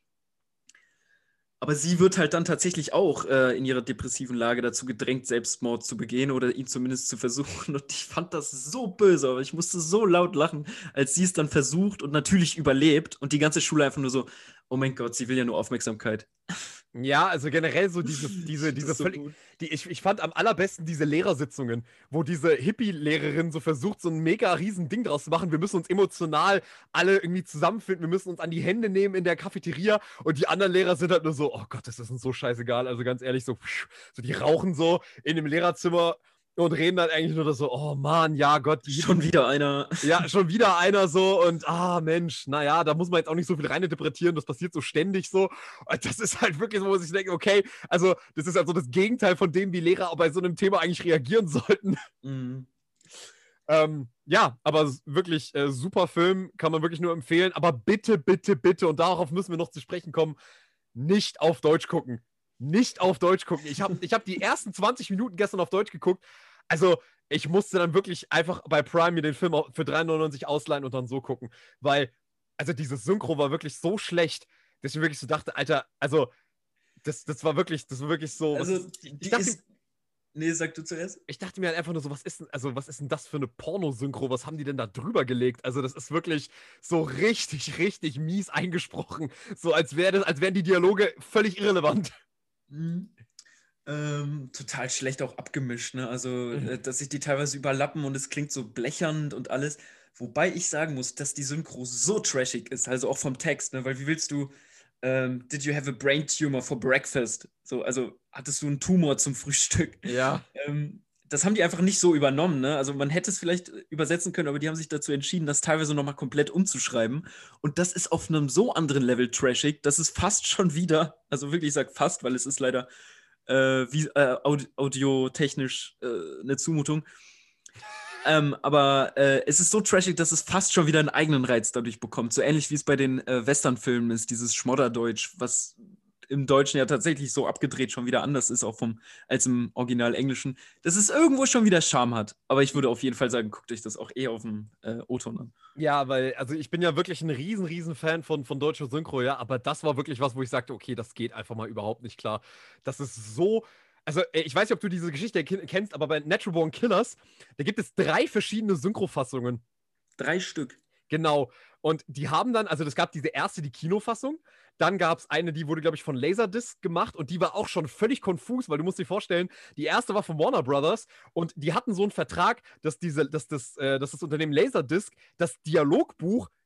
Aber sie wird halt dann tatsächlich auch äh, in ihrer depressiven Lage dazu gedrängt, Selbstmord zu begehen oder ihn zumindest zu versuchen. Und ich fand das so böse, aber ich musste so laut lachen, als sie es dann versucht und natürlich überlebt und die ganze Schule einfach nur so, oh mein Gott, sie will ja nur Aufmerksamkeit. Ja, also generell so diese, diese, diese so völlig, die, ich, ich fand am allerbesten diese Lehrersitzungen, wo diese Hippie-Lehrerin so versucht, so ein mega riesen Ding draus zu machen. Wir müssen uns emotional alle irgendwie zusammenfinden, wir müssen uns an die Hände nehmen in der Cafeteria und die anderen Lehrer sind halt nur so, oh Gott, das ist uns so scheißegal. Also ganz ehrlich, so, so die rauchen so in dem Lehrerzimmer und reden dann eigentlich nur so, oh Mann, ja Gott. Die schon wieder einer. Ja, schon wieder einer so und ah Mensch, naja, da muss man jetzt auch nicht so viel reininterpretieren, das passiert so ständig so. Und das ist halt wirklich so, wo ich denke, okay, also das ist also das Gegenteil von dem, wie Lehrer auch bei so einem Thema eigentlich reagieren sollten. Mhm. Ähm, ja, aber wirklich äh, super Film, kann man wirklich nur empfehlen. Aber bitte, bitte, bitte, und darauf müssen wir noch zu sprechen kommen, nicht auf Deutsch gucken. Nicht auf Deutsch gucken. Ich habe ich hab die ersten zwanzig Minuten gestern auf Deutsch geguckt. Also, ich musste dann wirklich einfach bei Prime mir den Film für drei neunundneunzig ausleihen und dann so gucken. Weil, also dieses Synchro war wirklich so schlecht, dass ich wirklich so dachte, Alter, also, das, das war wirklich, das war wirklich so. Also, was, die, ich dachte, ist. Nee, sag du zuerst. Ich dachte mir halt einfach nur so, was ist denn, also was ist denn das für eine Pornosynchro? Was haben die denn da drüber gelegt? Also, das ist wirklich so richtig, richtig mies eingesprochen. So als wäre das, als wären die Dialoge völlig irrelevant. Mhm. Ähm, total schlecht auch abgemischt, ne? Also, Mhm. äh, dass sich die teilweise überlappen und es klingt so blechernd und alles. Wobei ich sagen muss, dass die Synchro so trashig ist, also auch vom Text, ne? Weil wie willst du, ähm, did you have a brain tumor for breakfast? So, also hattest du einen Tumor zum Frühstück? Ja. Ähm, das haben die einfach nicht so übernommen, ne? Also man hätte es vielleicht übersetzen können, aber die haben sich dazu entschieden, das teilweise nochmal komplett umzuschreiben. Und das ist auf einem so anderen Level trashig, dass es fast schon wieder, also wirklich, ich sag fast, weil es ist leider äh, wie, äh, audi audiotechnisch äh, eine Zumutung. ähm, aber äh, es ist so trashig, dass es fast schon wieder einen eigenen Reiz dadurch bekommt. So ähnlich wie es bei den äh, Westernfilmen ist, dieses Schmodderdeutsch, was im Deutschen ja tatsächlich so abgedreht schon wieder anders ist, auch vom, als im Original Englischen, dass es irgendwo schon wieder Charme hat. Aber ich würde auf jeden Fall sagen, guckt euch das auch eh auf dem äh, O-Ton an. Ja, weil, also ich bin ja wirklich ein riesen, riesen Fan von, von deutscher Synchro, ja, aber das war wirklich was, wo ich sagte, okay, das geht einfach mal überhaupt nicht klar. Das ist so, also ich weiß nicht, ob du diese Geschichte kennst, aber bei Natural Born Killers, da gibt es drei verschiedene Synchrofassungen. Drei Stück. Genau. Und die haben dann, also es gab diese erste, die Kinofassung, dann gab es eine, die wurde, glaube ich, von Laserdisc gemacht und die war auch schon völlig konfus, weil du musst dir vorstellen, die erste war von Warner Brothers und die hatten so einen Vertrag, dass, diese, dass, das, äh, dass das Unternehmen Laserdisc das Dialogbuch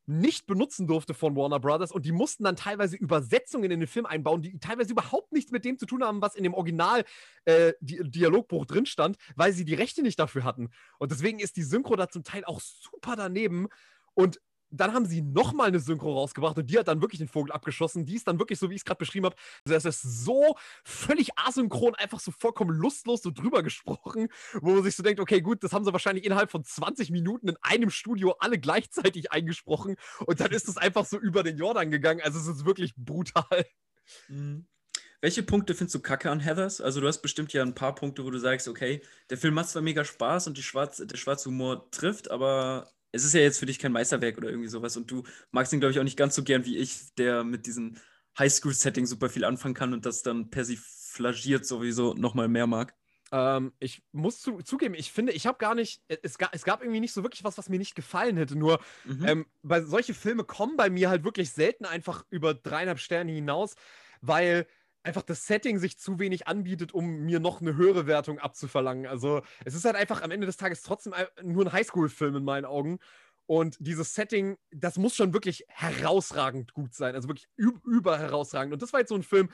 nicht benutzen durfte von Warner Brothers und die mussten dann teilweise Übersetzungen in den Film einbauen, die teilweise überhaupt nichts mit dem zu tun haben, was in dem Original äh, Di Dialogbuch drin stand, weil sie die Rechte nicht dafür hatten. Und deswegen ist die Synchro da zum Teil auch super daneben. Und dann haben sie nochmal eine Synchro rausgebracht und die hat dann wirklich den Vogel abgeschossen. Die ist dann wirklich so, wie ich es gerade beschrieben habe. Das ist so völlig asynchron, einfach so vollkommen lustlos so drüber gesprochen, wo man sich so denkt, okay, gut, das haben sie wahrscheinlich innerhalb von zwanzig Minuten in einem Studio alle gleichzeitig eingesprochen und dann ist es einfach so über den Jordan gegangen. Also es ist wirklich brutal. Mhm. Welche Punkte findest du kacke an Heathers? Also du hast bestimmt ja ein paar Punkte, wo du sagst, okay, der Film macht zwar mega Spaß und die schwarze, der schwarze Humor trifft, aber es ist ja jetzt für dich kein Meisterwerk oder irgendwie sowas und du magst ihn, glaube ich, auch nicht ganz so gern wie ich, der mit diesem Highschool-Setting super viel anfangen kann und das dann persiflagiert sowieso nochmal mehr mag. Ähm, ich muss zu, zugeben, ich finde, ich habe gar nicht, es, ga, es gab irgendwie nicht so wirklich was, was mir nicht gefallen hätte. Nur, Mhm. ähm, bei solche Filme kommen bei mir halt wirklich selten einfach über dreieinhalb Sterne hinaus, weil einfach das Setting sich zu wenig anbietet, um mir noch eine höhere Wertung abzuverlangen. Also, es ist halt einfach am Ende des Tages trotzdem nur ein Highschool-Film in meinen Augen. Und dieses Setting, das muss schon wirklich herausragend gut sein. Also wirklich über herausragend. Und das war jetzt so ein Film,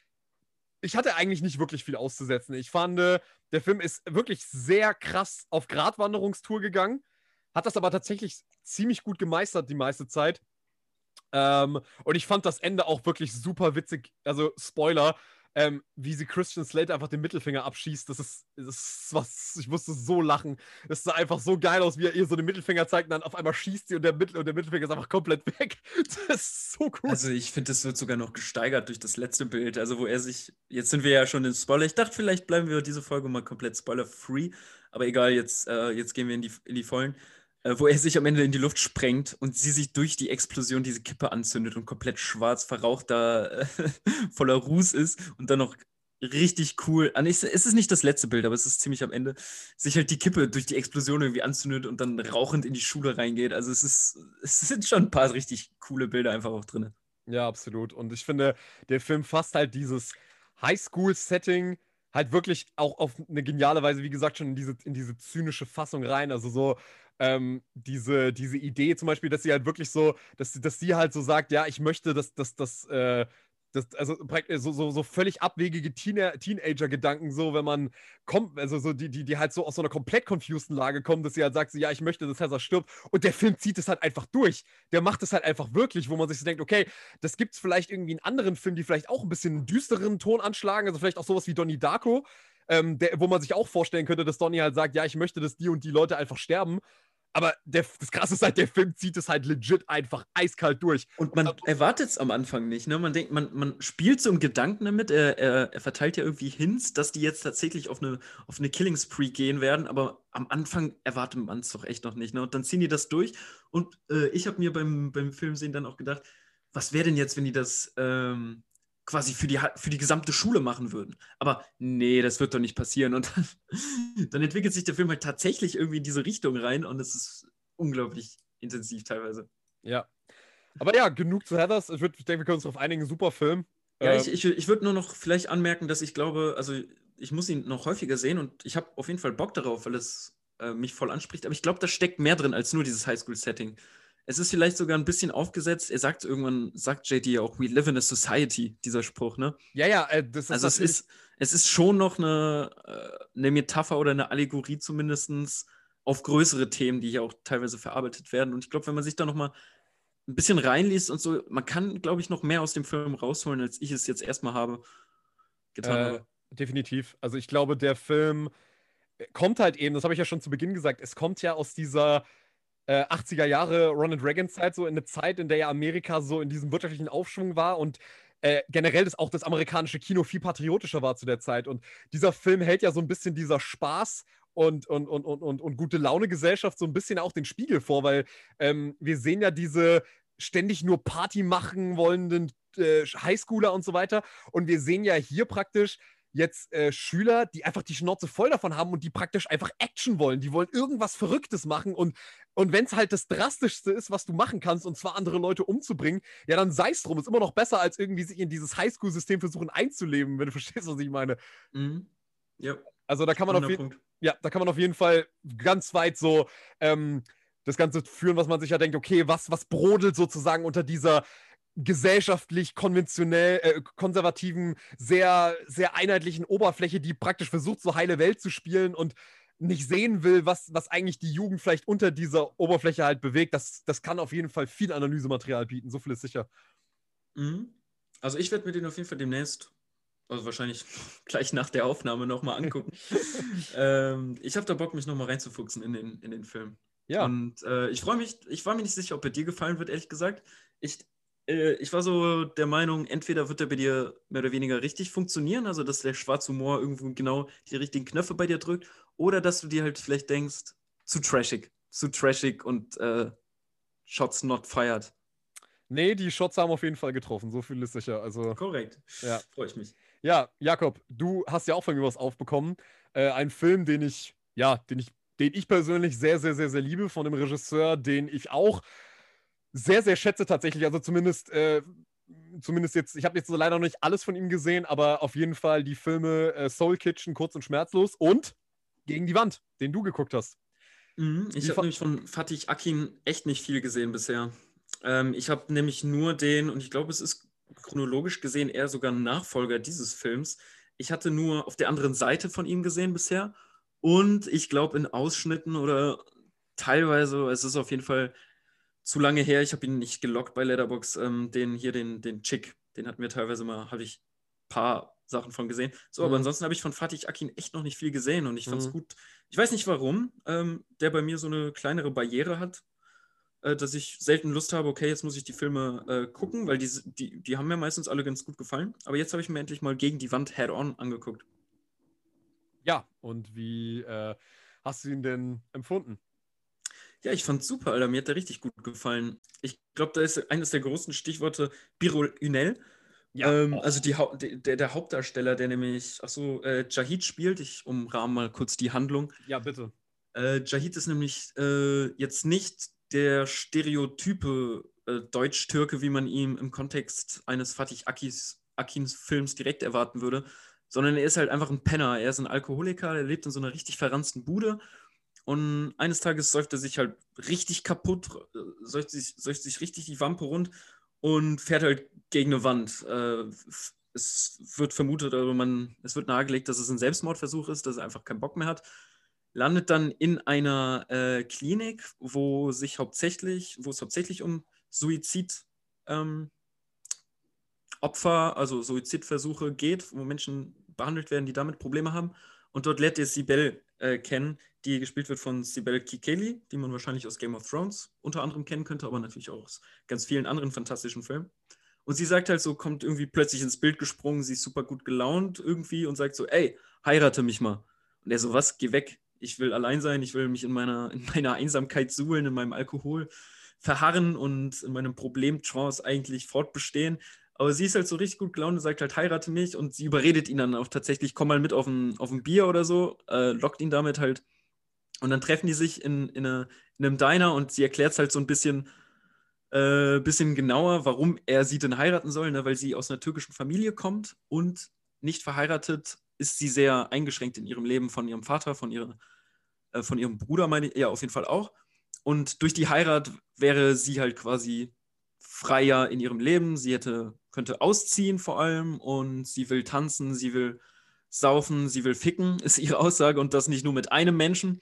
ich hatte eigentlich nicht wirklich viel auszusetzen. Ich fand, der Film ist wirklich sehr krass auf Gratwanderungstour gegangen, hat das aber tatsächlich ziemlich gut gemeistert die meiste Zeit. Ähm, und ich fand das Ende auch wirklich super witzig. Also, Spoiler, ähm, wie sie Christian Slater einfach den Mittelfinger abschießt, das ist, das ist was, ich musste so lachen. Das sah einfach so geil aus, wie er ihr so den Mittelfinger zeigt und dann auf einmal schießt sie und der, Mittel und der Mittelfinger ist einfach komplett weg. Das ist so cool. Also ich finde, das wird sogar noch gesteigert durch das letzte Bild, also wo er sich, jetzt sind wir ja schon in Spoiler, ich dachte, vielleicht bleiben wir diese Folge mal komplett spoiler-free, aber egal, jetzt, äh, jetzt gehen wir in die, in die Vollen, äh, wo er sich am Ende in die Luft sprengt und sie sich durch die Explosion diese Kippe anzündet und komplett schwarz verraucht da äh, voller Ruß ist und dann noch richtig cool, ah, es ist nicht das letzte Bild, aber es ist ziemlich am Ende, sich halt die Kippe durch die Explosion irgendwie anzündet und dann rauchend in die Schule reingeht. Also es ist, es sind schon ein paar richtig coole Bilder einfach auch drin. Ja, absolut. Und ich finde, der Film fasst halt dieses Highschool-Setting halt wirklich auch auf eine geniale Weise, wie gesagt, schon in diese, in diese zynische Fassung rein. Also so ähm, diese, diese Idee zum Beispiel, dass sie halt wirklich so, dass, dass sie halt so sagt, ja, ich möchte, dass, dass, dass äh, das, also so, so, so völlig abwegige Teen Teenager-Gedanken, so wenn man kommt, also so die, die, die halt so aus so einer komplett confusen Lage kommen, dass sie halt sagt, so, ja, ich möchte, dass Heather stirbt. Und der Film zieht es halt einfach durch. Der macht es halt einfach wirklich, wo man sich so denkt, okay, das gibt es vielleicht irgendwie in anderen Filmen, die vielleicht auch ein bisschen einen düsteren Ton anschlagen, also vielleicht auch sowas wie Donnie Darko, ähm, der, wo man sich auch vorstellen könnte, dass Donnie halt sagt, ja, ich möchte, dass die und die Leute einfach sterben. Aber der, das Krasse ist halt, der Film zieht es halt legit einfach eiskalt durch. Und man erwartet es am Anfang nicht, ne? Man denkt, man, man spielt so einen Gedanken damit, er, er, er verteilt ja irgendwie Hints, dass die jetzt tatsächlich auf eine, auf eine Killing Spree gehen werden, aber am Anfang erwartet man es doch echt noch nicht, ne? Und dann ziehen die das durch und äh, ich habe mir beim, beim Filmsehen dann auch gedacht, was wäre denn jetzt, wenn die das ähm, quasi für die, für die gesamte Schule machen würden? Aber nee, das wird doch nicht passieren. Und dann, dann entwickelt sich der Film halt tatsächlich irgendwie in diese Richtung rein und es ist unglaublich intensiv teilweise. Ja. Aber ja, genug zu Heathers. Ich, würd, ich denke, wir können uns darauf einigen. Super Film. Ja, Ähm, ich, ich, ich würde nur noch vielleicht anmerken, dass ich glaube, also ich muss ihn noch häufiger sehen und ich habe auf jeden Fall Bock darauf, weil es äh, mich voll anspricht. Aber ich glaube, da steckt mehr drin als nur dieses Highschool-Setting. Es ist vielleicht sogar ein bisschen aufgesetzt. Er sagt irgendwann, sagt J D ja auch, we live in a society, dieser Spruch, ne? ja, ja, äh, das ist Also es ist, es ist schon noch eine, äh, eine Metapher oder eine Allegorie zumindest auf größere Themen, die ja auch teilweise verarbeitet werden. Und ich glaube, wenn man sich da noch mal ein bisschen reinliest und so, man kann, glaube ich, noch mehr aus dem Film rausholen, als ich es jetzt erstmal habe, getan äh, habe. definitiv. Also ich glaube, der Film kommt halt eben, das habe ich ja schon zu Beginn gesagt, es kommt ja aus dieser äh, achtziger Jahre Ronald Reagan Zeit, so in eine Zeit, in der ja Amerika so in diesem wirtschaftlichen Aufschwung war und äh, generell das auch das amerikanische Kino viel patriotischer war zu der Zeit. Und dieser Film hält ja so ein bisschen dieser Spaß und, und, und, und, und, und gute Laune-Gesellschaft so ein bisschen auch den Spiegel vor, weil ähm, wir sehen ja diese ständig nur Party machen wollenden äh, Highschooler und so weiter. Und wir sehen ja hier praktisch jetzt äh, Schüler, die einfach die Schnauze voll davon haben und die praktisch einfach Action wollen. Die wollen irgendwas Verrücktes machen und, und wenn es halt das Drastischste ist, was du machen kannst, und zwar andere Leute umzubringen, ja, dann sei es drum. Ist immer noch besser, als irgendwie sich in dieses Highschool-System versuchen einzuleben, wenn du verstehst, was ich meine. Mhm. Ja. Also da kann man auf jeden ja, da kann man auf jeden Fall ganz weit so ähm, das Ganze führen, was man sich ja denkt, okay, was, was brodelt sozusagen unter dieser gesellschaftlich konventionell, äh, konservativen, sehr, sehr einheitlichen Oberfläche, die praktisch versucht, so heile Welt zu spielen und nicht sehen will, was, was eigentlich die Jugend vielleicht unter dieser Oberfläche halt bewegt. Das, das kann auf jeden Fall viel Analysematerial bieten, so viel ist sicher. Mhm. Also ich werde mir den auf jeden Fall demnächst, also wahrscheinlich gleich nach der Aufnahme nochmal angucken. ähm, ich habe da Bock, mich nochmal reinzufuchsen in den, in den Film. Ja. Und äh, ich freue mich, ich war mir nicht sicher, ob er dir gefallen wird, ehrlich gesagt. Ich, äh, ich war so der Meinung, entweder wird er bei dir mehr oder weniger richtig funktionieren, also dass der schwarze Humor irgendwo genau die richtigen Knöpfe bei dir drückt, oder dass du dir halt vielleicht denkst, zu trashig, zu trashig und äh, Shots not fired. Nee, die Shots haben auf jeden Fall getroffen, so viel ist sicher. Also, Korrekt. ja. Freue ich mich. Ja, Jakob, du hast ja auch von mir was aufbekommen. Äh, ein Film, den ich, ja, den ich, den ich persönlich sehr, sehr, sehr, sehr liebe, von einem Regisseur, den ich auch sehr, sehr schätze tatsächlich. Also zumindest, äh, zumindest jetzt, ich habe jetzt so leider noch nicht alles von ihm gesehen, aber auf jeden Fall die Filme äh, Soul Kitchen, Kurz und Schmerzlos und Gegen die Wand, den du geguckt hast. Mhm, ich Wie habe fa- nämlich von Fatih Akin echt nicht viel gesehen bisher. Ähm, ich habe nämlich nur den, und ich glaube, es ist chronologisch gesehen eher sogar ein Nachfolger dieses Films. Ich hatte nur auf der anderen Seite von ihm gesehen bisher. Und ich glaube, in Ausschnitten oder teilweise, es ist auf jeden Fall zu lange her, ich habe ihn nicht gelockt bei Letterboxd, ähm, den hier, den, den Chick, den hatten wir teilweise mal, habe ich ein paar Sachen von gesehen. So, aber Mhm. ansonsten habe ich von Fatih Akin echt noch nicht viel gesehen und ich fand es Mhm. gut. Ich weiß nicht warum, ähm, der bei mir so eine kleinere Barriere hat, äh, dass ich selten Lust habe, okay, jetzt muss ich die Filme äh, gucken, weil die, die, die haben mir meistens alle ganz gut gefallen. Aber jetzt habe ich mir endlich mal Gegen die Wand Head-On angeguckt. Ja, und wie äh, hast du ihn denn empfunden? Ja, ich fand's super, Alter. Mir hat der richtig gut gefallen. Ich glaube, da ist eines der großen Stichworte Birol Ünel. Ja. Ähm, Oh. also die, Hau- der, der Hauptdarsteller, der nämlich, ach so, äh, Jahid spielt, ich umrahme mal kurz die Handlung. Ja, bitte. Äh, Jahid ist nämlich äh, jetzt nicht der stereotype äh, Deutsch-Türke, wie man ihn im Kontext eines Fatih Akis, Akins Films direkt erwarten würde, sondern er ist halt einfach ein Penner. Er ist ein Alkoholiker, er lebt in so einer richtig verranzten Bude und eines Tages säuft er sich halt richtig kaputt, äh, säuft sich, säuft sich richtig die Wampe rund und fährt halt gegen eine Wand. Äh, es wird vermutet, also man, es wird nahegelegt, dass es ein Selbstmordversuch ist, dass er einfach keinen Bock mehr hat. Landet dann in einer äh, Klinik, wo sich hauptsächlich, wo es hauptsächlich um Suizid ähm, Opfer, also Suizidversuche geht, wo Menschen behandelt werden, die damit Probleme haben. Und dort lernt ihr Sibel äh, kennen, die gespielt wird von Sibel Kikeli, die man wahrscheinlich aus Game of Thrones unter anderem kennen könnte, aber natürlich auch aus ganz vielen anderen fantastischen Filmen. Und sie sagt halt so, kommt irgendwie plötzlich ins Bild gesprungen, sie ist super gut gelaunt irgendwie und sagt so, ey, heirate mich mal. Und er so, was, geh weg, ich will allein sein, ich will mich in meiner, in meiner Einsamkeit suhlen, in meinem Alkohol verharren und in meinem Problem-Trance eigentlich fortbestehen. Aber sie ist halt so richtig gut gelaunt und sagt halt, heirate mich. Und sie überredet ihn dann auch tatsächlich, komm mal mit auf ein, auf ein Bier oder so, äh, lockt ihn damit halt. Und dann treffen die sich in, in, eine, in einem Diner und sie erklärt es halt so ein bisschen, äh, bisschen genauer, warum er sie denn heiraten soll, ne? Weil sie aus einer türkischen Familie kommt und nicht verheiratet ist sie sehr eingeschränkt in ihrem Leben von ihrem Vater, von, ihrer, äh, von ihrem Bruder, meine ich, ja, auf jeden Fall auch. Und durch die Heirat wäre sie halt quasi freier in ihrem Leben. Sie hätte, könnte ausziehen vor allem und sie will tanzen, sie will saufen, sie will ficken, ist ihre Aussage und das nicht nur mit einem Menschen.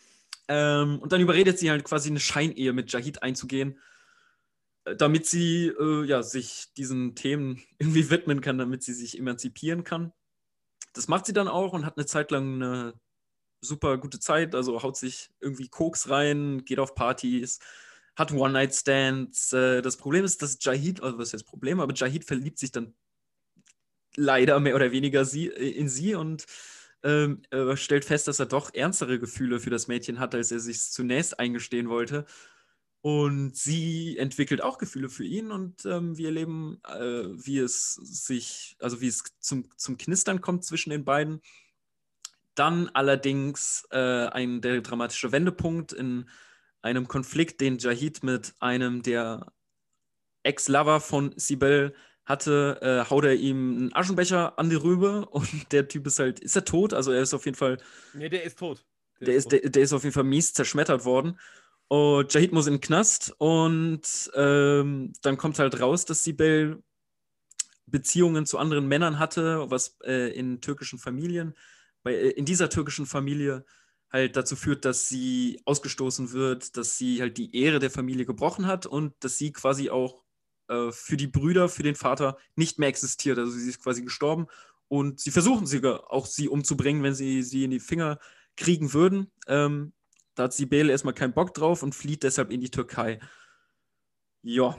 Ähm, und dann überredet sie halt quasi eine Scheinehe mit Jahid einzugehen, äh, damit sie äh, ja, sich diesen Themen irgendwie widmen kann, damit sie sich emanzipieren kann. Das macht sie dann auch und hat eine Zeit lang eine super gute Zeit, also haut sich irgendwie Koks rein, geht auf Partys, hat One-Night-Stands. Äh, das Problem ist, dass Jahid, also was ist das Problem, aber Jahid verliebt sich dann leider mehr oder weniger sie, äh, in sie und ähm, äh, stellt fest, dass er doch ernstere Gefühle für das Mädchen hat, als er sich zunächst eingestehen wollte. Und sie entwickelt auch Gefühle für ihn und ähm, wir erleben, äh, wie es sich, also wie es zum, zum Knistern kommt zwischen den beiden. Dann allerdings äh, ein der dramatische Wendepunkt in einem Konflikt, den Jahid mit einem der Ex-Lover von Sibel hatte, äh, haut er ihm einen Aschenbecher an die Rübe und der Typ ist halt, ist er tot? Also er ist auf jeden Fall, Nee, der ist tot. Der der ist ist, tot. der, der ist auf jeden Fall mies zerschmettert worden. Und Jahid muss in den Knast und ähm, dann kommt halt raus, dass Sibel Beziehungen zu anderen Männern hatte, was äh, in türkischen Familien, bei, äh, in dieser türkischen Familie halt dazu führt, dass sie ausgestoßen wird, dass sie halt die Ehre der Familie gebrochen hat und dass sie quasi auch äh, für die Brüder, für den Vater nicht mehr existiert. Also sie ist quasi gestorben und sie versuchen sogar auch sie umzubringen, wenn sie sie in die Finger kriegen würden. Ähm, da hat Sibel erstmal keinen Bock drauf und flieht deshalb in die Türkei. Ja,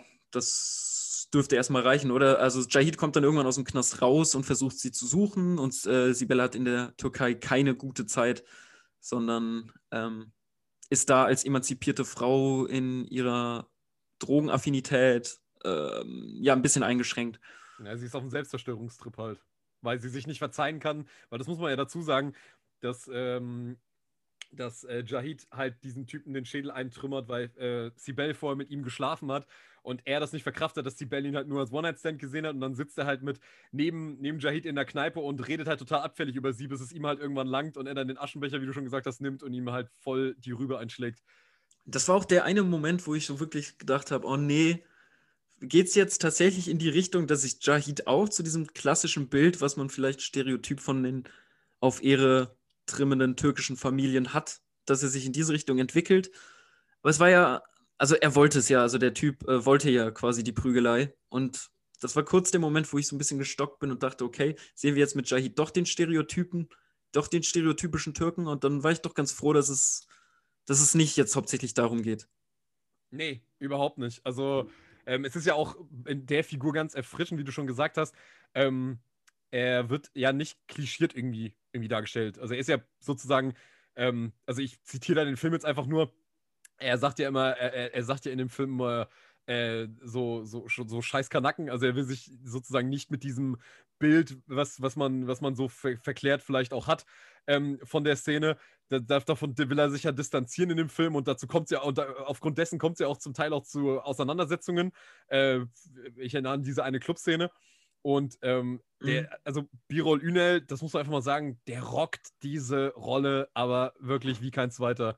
das dürfte erstmal reichen, oder? Also Jahid kommt dann irgendwann aus dem Knast raus und versucht sie zu suchen und äh, Sibel hat in der Türkei keine gute Zeit, sondern ähm, ist da als emanzipierte Frau in ihrer Drogenaffinität ähm, ja ein bisschen eingeschränkt. Ja, sie ist auf einem Selbstzerstörungstrip halt, weil sie sich nicht verzeihen kann, weil das muss man ja dazu sagen, dass, ähm, dass äh, Jahid halt diesen Typen den Schädel eintrümmert, weil äh, Sibel vorher mit ihm geschlafen hat und er das nicht verkraftet hat, dass Sibel ihn halt nur als One-Night-Stand gesehen hat und dann sitzt er halt mit neben, neben Jahid in der Kneipe und redet halt total abfällig über sie, bis es ihm halt irgendwann langt und er dann den Aschenbecher, wie du schon gesagt hast, nimmt und ihm halt voll die Rübe einschlägt. Das war auch der eine Moment, wo ich so wirklich gedacht habe, oh nee, geht es jetzt tatsächlich in die Richtung, dass sich Jahid auch zu diesem klassischen Bild, was man vielleicht Stereotyp von den auf Ehre trimmenden türkischen Familien hat, dass er sich in diese Richtung entwickelt. Aber es war ja, also er wollte es ja, also der Typ äh, wollte ja quasi die Prügelei. Und das war kurz der Moment, wo ich so ein bisschen gestockt bin und dachte, okay, sehen wir jetzt mit Jahid doch den Stereotypen, doch den stereotypischen Türken. Und dann war ich doch ganz froh, dass es, dass es nicht jetzt hauptsächlich darum geht. Nee, überhaupt nicht. Also, ähm, es ist ja auch in der Figur ganz erfrischend, wie du schon gesagt hast. Ähm, er wird ja nicht klischiert irgendwie, irgendwie dargestellt. Also, er ist ja sozusagen, ähm, also ich zitiere da den Film jetzt einfach nur, er sagt ja immer, er, er, er sagt ja in dem Film immer, äh, so, so, so, so scheiß Kanacken. Also er will sich sozusagen nicht mit diesem Bild, was, was man, was man so ver verklärt vielleicht auch hat, ähm, von der Szene, da, davon will er sich ja distanzieren in dem Film und dazu kommt es ja, und da, aufgrund dessen kommt es ja auch zum Teil auch zu Auseinandersetzungen. Äh, ich erinnere an diese eine Clubszene. Und ähm, Mhm. der, also Birol Ünel, das muss man einfach mal sagen, der rockt diese Rolle aber wirklich wie kein zweiter.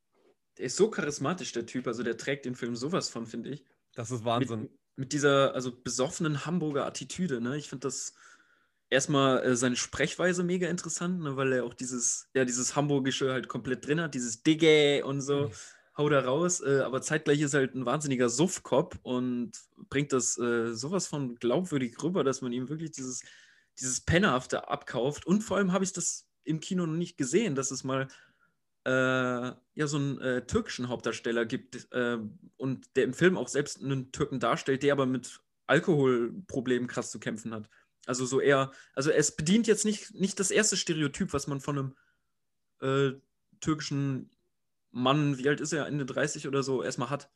Der ist so charismatisch, der Typ. Also der trägt den Film sowas von, finde ich. Das ist Mit, Wahnsinn. mit dieser, also besoffenen Hamburger Attitüde, ne? Ich finde das erstmal äh, seine Sprechweise mega interessant, ne? Weil er auch dieses, ja, dieses Hamburgische halt komplett drin hat, dieses Digge und so, hau da raus. Äh, aber zeitgleich ist er halt ein wahnsinniger Suffkopf und bringt das äh, sowas von glaubwürdig rüber, dass man ihm wirklich dieses, dieses Pennerhafte abkauft. Und vor allem habe ich das im Kino noch nicht gesehen, dass es mal äh, ja so einen äh, türkischen Hauptdarsteller gibt äh, und der im Film auch selbst einen Türken darstellt, der aber mit Alkoholproblemen krass zu kämpfen hat. Also so eher, also es bedient jetzt nicht, nicht das erste Stereotyp, was man von einem äh, türkischen Mann, wie alt ist er, Ende dreißig oder so, erstmal hat.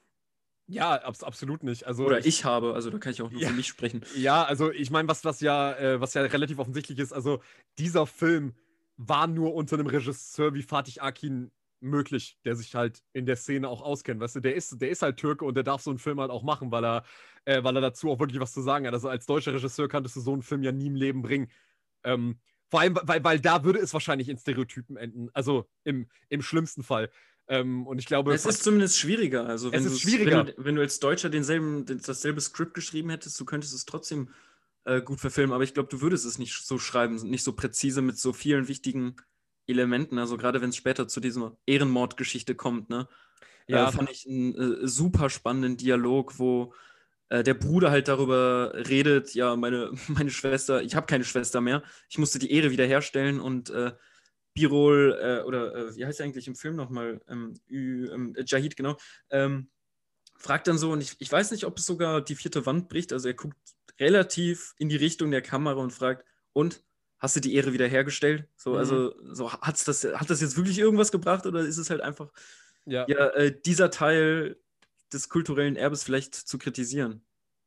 Ja, abs absolut nicht. Also Oder ich, ich habe, also da kann ich auch nur ja, für mich sprechen. ja, also ich meine, was, was ja, äh, was ja relativ offensichtlich ist, also dieser Film war nur unter einem Regisseur wie Fatih Akin möglich, der sich halt in der Szene auch auskennt. Weißt du, der ist, der ist halt Türke und der darf so einen Film halt auch machen, weil er, äh, weil er dazu auch wirklich was zu sagen hat. Also als deutscher Regisseur könntest du so einen Film ja nie im Leben bringen. Ähm, vor allem, weil, weil da würde es wahrscheinlich in Stereotypen enden. Also im, im schlimmsten Fall. Ähm, und ich glaube, Es ist zumindest schwieriger. Also es wenn du ist es, wenn schwieriger. du, wenn du als Deutscher denselben, dasselbe Skript geschrieben hättest, du könntest es trotzdem äh, gut verfilmen, aber ich glaube, du würdest es nicht so schreiben, nicht so präzise mit so vielen wichtigen Elementen. Also gerade wenn es später zu dieser Ehrenmordgeschichte kommt, ne, äh, Ja, fand ich einen äh, super spannenden Dialog, wo äh, der Bruder halt darüber redet, ja, meine, meine Schwester, ich habe keine Schwester mehr, ich musste die Ehre wiederherstellen und äh, Birol, äh, oder äh, wie heißt er eigentlich im Film nochmal? Ähm, Ü, ähm, äh, Jahid, genau. Ähm, fragt dann so, und ich, ich weiß nicht, ob es sogar die vierte Wand bricht, also er guckt relativ in die Richtung der Kamera und fragt, und hast du die Ehre wiederhergestellt? So, mhm. also, so hat's das, hat das jetzt wirklich irgendwas gebracht oder ist es halt einfach, Ja, ja, äh, dieser Teil des kulturellen Erbes vielleicht zu kritisieren?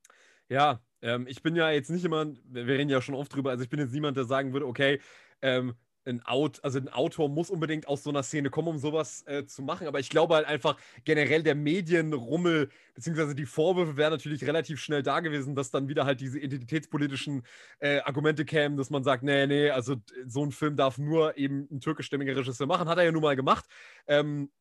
ja, ähm, ich bin ja jetzt nicht jemand, wir wir reden ja schon oft drüber, also ich bin jetzt niemand, der sagen würde, okay, ähm, ein Out, also ein Autor muss unbedingt aus so einer Szene kommen, um sowas äh, zu machen, aber ich glaube halt einfach generell der Medienrummel, beziehungsweise die Vorwürfe wären natürlich relativ schnell da gewesen, dass dann wieder halt diese identitätspolitischen äh, Argumente kämen, dass man sagt, nee, nee, also so ein Film darf nur eben ein türkischstämmiger Regisseur machen, hat er ja nun mal gemacht. Ähm,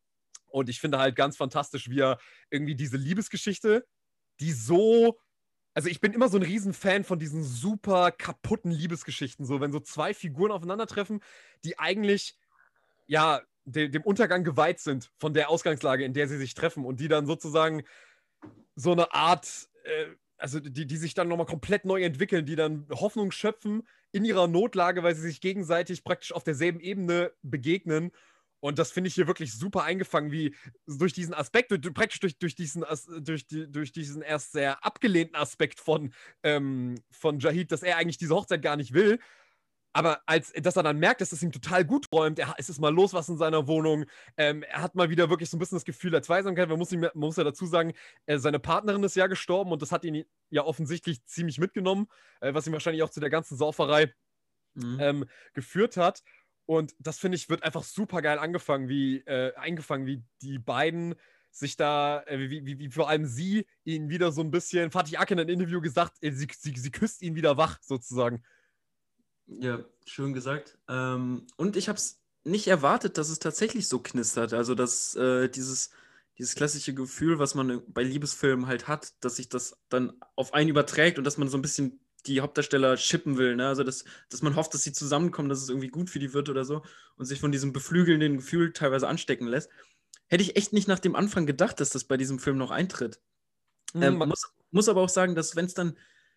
Und ich finde halt ganz fantastisch, wie er irgendwie diese Liebesgeschichte, die so, also ich bin immer so ein Riesenfan von diesen super kaputten Liebesgeschichten, so wenn so zwei Figuren aufeinandertreffen, die eigentlich, ja, de dem Untergang geweiht sind von der Ausgangslage, in der sie sich treffen und die dann sozusagen so eine Art, äh, also die, die sich dann nochmal komplett neu entwickeln, die dann Hoffnung schöpfen in ihrer Notlage, weil sie sich gegenseitig praktisch auf derselben Ebene begegnen. Und das finde ich hier wirklich super eingefangen, wie durch diesen Aspekt, durch, praktisch durch, durch, diesen, durch, die, durch diesen erst sehr abgelehnten Aspekt von, ähm, von Jahid, dass er eigentlich diese Hochzeit gar nicht will. Aber als, dass er dann merkt, dass es ihm total gut räumt, er, es ist mal los was in seiner Wohnung, ähm, er hat mal wieder wirklich so ein bisschen das Gefühl der Zweisamkeit, man muss, ihm, man muss ja dazu sagen, äh, seine Partnerin ist ja gestorben und das hat ihn ja offensichtlich ziemlich mitgenommen, äh, was ihn wahrscheinlich auch zu der ganzen Sauferei mhm. ähm, geführt hat. Und das, finde ich, wird einfach super geil angefangen, wie, äh, eingefangen, wie die beiden sich da, äh, wie, wie, wie vor allem sie ihn wieder so ein bisschen, Fatih Akin in einem Interview gesagt, äh, sie, sie, sie küsst ihn wieder wach, sozusagen. Ja, schön gesagt. Ähm, und ich habe es nicht erwartet, dass es tatsächlich so knistert. Also, dass äh, dieses, dieses klassische Gefühl, was man bei Liebesfilmen halt hat, dass sich das dann auf einen überträgt und dass man so ein bisschen die Hauptdarsteller shippen will. Ne? Also, dass, dass man hofft, dass sie zusammenkommen, dass es irgendwie gut für die wird oder so und sich von diesem beflügelnden Gefühl teilweise anstecken lässt. Hätte ich echt nicht nach dem Anfang gedacht, dass das bei diesem Film noch eintritt. Mhm. Ähm, muss, muss aber auch sagen, dass wenn es dann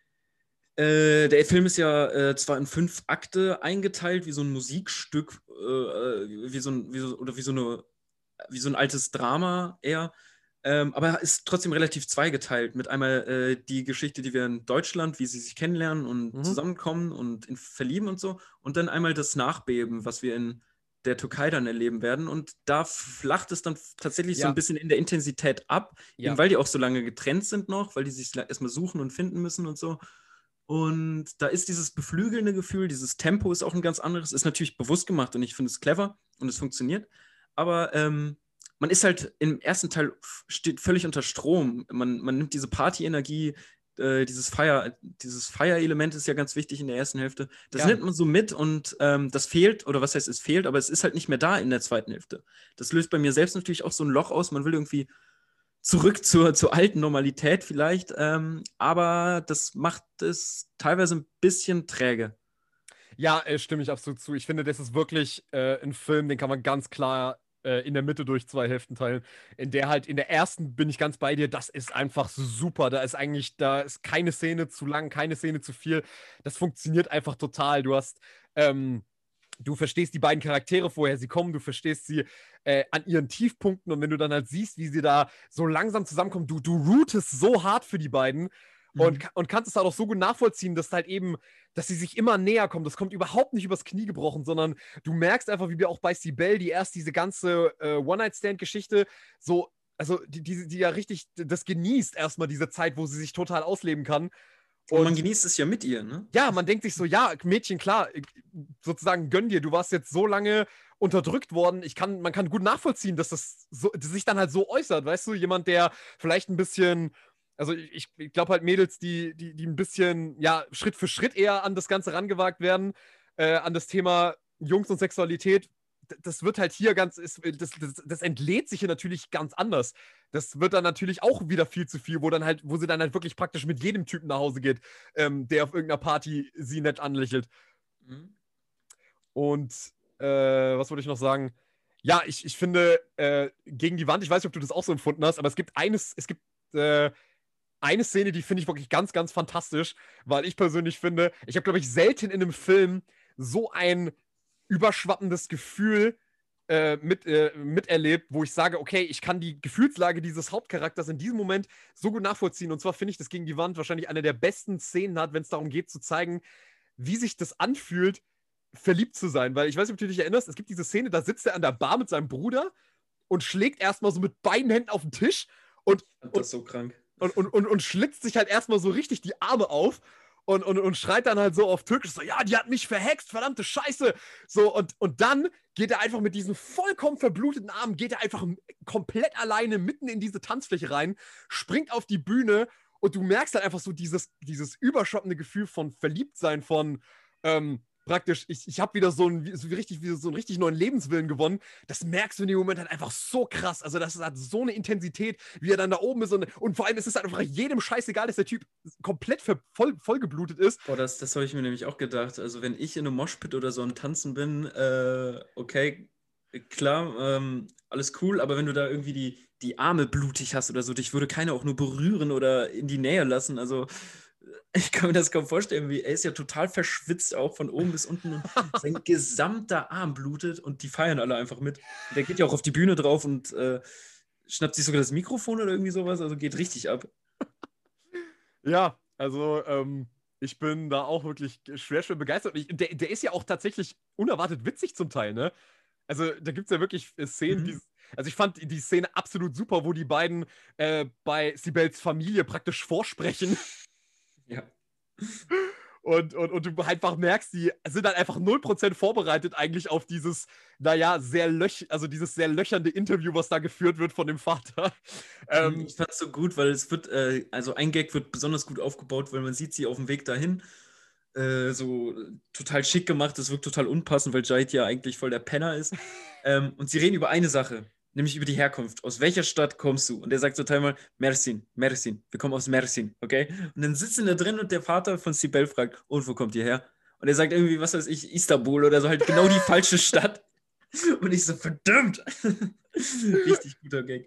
Äh, der Film ist ja äh, zwar in fünf Akte eingeteilt, wie so ein Musikstück, äh, wie so ein, wie so, oder wie so, eine, wie so ein altes Drama eher, ähm, aber er ist trotzdem relativ zweigeteilt. Mit einmal äh, die Geschichte, die wir in Deutschland, wie sie sich kennenlernen und mhm. zusammenkommen und in, verlieben und so, und dann einmal das Nachbeben, was wir in der Türkei dann erleben werden. Und da flacht es dann tatsächlich ja. so ein bisschen in der Intensität ab, ja. eben weil die auch so lange getrennt sind noch, weil die sich erstmal suchen und finden müssen und so. Und da ist dieses beflügelnde Gefühl, dieses Tempo ist auch ein ganz anderes, ist natürlich bewusst gemacht und ich finde es clever und es funktioniert. Aber ähm, man ist halt im ersten Teil steht völlig unter Strom. Man, man nimmt diese Party-Energie, äh, dieses Feier, dieses Feier-Element ist ja ganz wichtig in der ersten Hälfte. Das ja. nimmt man so mit und ähm, das fehlt, oder was heißt, es fehlt, aber es ist halt nicht mehr da in der zweiten Hälfte. Das löst bei mir selbst natürlich auch so ein Loch aus. Man will irgendwie zurück zur, zur alten Normalität vielleicht, ähm, aber das macht es teilweise ein bisschen träge. Ja, äh, stimme ich absolut zu. Ich finde, das ist wirklich äh, ein Film, den kann man ganz klar äh, in der Mitte durch zwei Hälften teilen. In der halt, in der ersten bin ich ganz bei dir, das ist einfach super. Da ist eigentlich, da ist keine Szene zu lang, keine Szene zu viel. Das funktioniert einfach total. Du hast, ähm, du verstehst die beiden Charaktere vorher, sie kommen, du verstehst sie äh, an ihren Tiefpunkten und wenn du dann halt siehst, wie sie da so langsam zusammenkommen, du, du rootest so hart für die beiden mhm. und, und kannst es halt auch so gut nachvollziehen, dass halt eben, dass sie sich immer näher kommen. Das kommt überhaupt nicht übers Knie gebrochen, sondern du merkst einfach, wie wir auch bei Sibel, die erst diese ganze äh, One-Night-Stand-Geschichte so, also die, die, die ja richtig das genießt erstmal, diese Zeit, wo sie sich total ausleben kann. Und, und man genießt es ja mit ihr, ne? Ja, man denkt sich so, ja, Mädchen, klar, sozusagen gönn dir, du warst jetzt so lange unterdrückt worden, ich kann, man kann gut nachvollziehen, dass das, so, das sich dann halt so äußert, weißt du, jemand, der vielleicht ein bisschen, also ich, ich glaube halt Mädels, die, die, die ein bisschen, ja, Schritt für Schritt eher an das Ganze rangewagt werden, äh, an das Thema Jungs und Sexualität, das wird halt hier ganz, ist, das, das, das entlädt sich hier natürlich ganz anders. Das wird dann natürlich auch wieder viel zu viel, wo dann halt, wo sie dann halt wirklich praktisch mit jedem Typen nach Hause geht, ähm, der auf irgendeiner Party sie nett anlächelt. Mhm. Und äh, was wollte ich noch sagen? Ja, ich, ich finde, äh, gegen die Wand, ich weiß nicht, ob du das auch so empfunden hast, aber es gibt eines, es gibt äh, eine Szene, die finde ich wirklich ganz, ganz fantastisch, weil ich persönlich finde, ich habe, glaube ich, selten in einem Film so ein überschwappendes Gefühl äh, mit, äh, miterlebt, wo ich sage, okay, ich kann die Gefühlslage dieses Hauptcharakters in diesem Moment so gut nachvollziehen. Und zwar finde ich, das gegen die Wand wahrscheinlich eine der besten Szenen hat, wenn es darum geht, zu zeigen, wie sich das anfühlt, verliebt zu sein. Weil ich weiß nicht, ob du dich erinnerst, es gibt diese Szene, da sitzt er an der Bar mit seinem Bruder und schlägt erstmal so mit beiden Händen auf den Tisch und, und, das ist so krank. Und, und, und, und schlitzt sich halt erstmal so richtig die Arme auf. Und, und, und schreit dann halt so auf Türkisch so, ja, die hat mich verhext, verdammte Scheiße. So, und, und dann geht er einfach mit diesen vollkommen verbluteten Armen, geht er einfach komplett alleine mitten in diese Tanzfläche rein, springt auf die Bühne und du merkst halt einfach so dieses, dieses überschwappende Gefühl von Verliebtsein, von, ähm, praktisch, ich, ich habe wieder so einen, so richtig, wie so einen richtig neuen Lebenswillen gewonnen. Das merkst du in dem Moment halt einfach so krass. Also, das hat so eine Intensität, wie er dann da oben ist. Und, und vor allem ist es halt einfach jedem scheißegal, dass der Typ komplett ver, voll, vollgeblutet ist. Boah, das, das habe ich mir nämlich auch gedacht. Also, wenn ich in einem Moshpit oder so am Tanzen bin, äh, okay, klar, ähm, alles cool, aber wenn du da irgendwie die, die Arme blutig hast oder so, dich würde keiner auch nur berühren oder in die Nähe lassen. Also, ich kann mir das kaum vorstellen, wie er ist ja total verschwitzt, auch von oben bis unten und sein gesamter Arm blutet und die feiern alle einfach mit. Und der geht ja auch auf die Bühne drauf und äh, schnappt sich sogar das Mikrofon oder irgendwie sowas, also geht richtig ab. Ja, also, ähm, ich bin da auch wirklich schwer, schwer begeistert. Und ich, der, der ist ja auch tatsächlich unerwartet witzig zum Teil, ne? Also, da gibt es ja wirklich äh, Szenen, die. Mhm. Also, ich fand die Szene absolut super, wo die beiden äh, bei Sibels Familie praktisch vorsprechen. Ja. Und, und, und du einfach merkst, die sind dann einfach null Prozent vorbereitet eigentlich auf dieses, naja, sehr löch, also dieses sehr löchernde Interview, was da geführt wird von dem Vater. Ähm, Ich fand es so gut, weil es wird, äh, also ein Gag wird besonders gut aufgebaut, weil man sieht sie auf dem Weg dahin, äh, so total schick gemacht, das wirkt total unpassend, weil Jahid ja eigentlich voll der Penner ist. Ähm, und sie reden über eine Sache, nämlich über die Herkunft. Aus welcher Stadt kommst du? Und er sagt so teilweise, Mersin, Mersin, wir kommen aus Mersin, okay? Und dann sitzen da drin und der Vater von Sibel fragt, und wo kommt ihr her? Und er sagt irgendwie, was weiß ich, Istanbul oder so, halt genau die falsche Stadt. Und ich so, verdammt! Richtig guter Gag.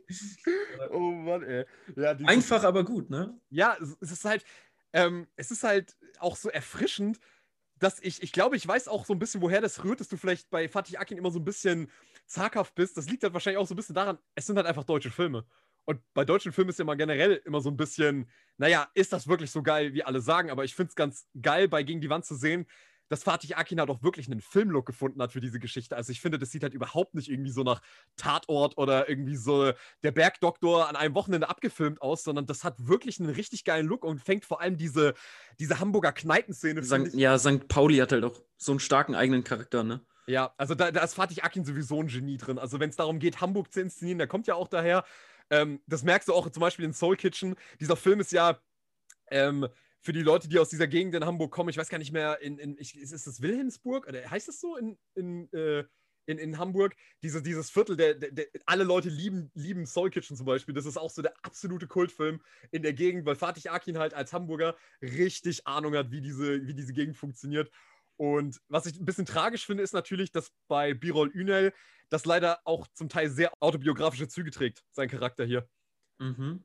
oh Mann, ey. Ja, die, Einfach, aber gut, ne? ja, es es ist halt, ähm, es ist halt auch so erfrischend, dass ich, ich glaube, ich weiß auch so ein bisschen, woher das rührt, dass du vielleicht bei Fatih Akin immer so ein bisschen zaghaft bist. Das liegt halt wahrscheinlich auch so ein bisschen daran, es sind halt einfach deutsche Filme. Und bei deutschen Filmen ist ja mal generell immer so ein bisschen, naja, ist das wirklich so geil, wie alle sagen, aber ich finde es ganz geil, bei Gegen die Wand zu sehen, dass Fatih Akin halt auch wirklich einen Filmlook gefunden hat für diese Geschichte. Also ich finde, das sieht halt überhaupt nicht irgendwie so nach Tatort oder irgendwie so der Bergdoktor an einem Wochenende abgefilmt aus, sondern das hat wirklich einen richtig geilen Look und fängt vor allem diese, diese Hamburger Kneipenszene, finde Sankt, ich. ja, Sankt Pauli hat halt auch so einen starken eigenen Charakter, ne? Ja, also da, da ist Fatih Akin sowieso ein Genie drin. Also wenn es darum geht, Hamburg zu inszenieren, der kommt ja auch daher. Ähm, das merkst du auch zum Beispiel in Soul Kitchen. Dieser Film ist ja ähm, für die Leute, die aus dieser Gegend in Hamburg kommen, ich weiß gar nicht mehr, in, in ich, ist, ist das Wilhelmsburg? Oder heißt das so in, in, äh, in, in Hamburg? Diese, dieses Viertel, der, der, der, alle Leute lieben, lieben Soul Kitchen zum Beispiel. Das ist auch so der absolute Kultfilm in der Gegend, weil Fatih Akin halt als Hamburger richtig Ahnung hat, wie diese, wie diese Gegend funktioniert. Und was ich ein bisschen tragisch finde, ist natürlich, dass bei Birol Ünel das leider auch zum Teil sehr autobiografische Züge trägt, sein Charakter hier. Mhm.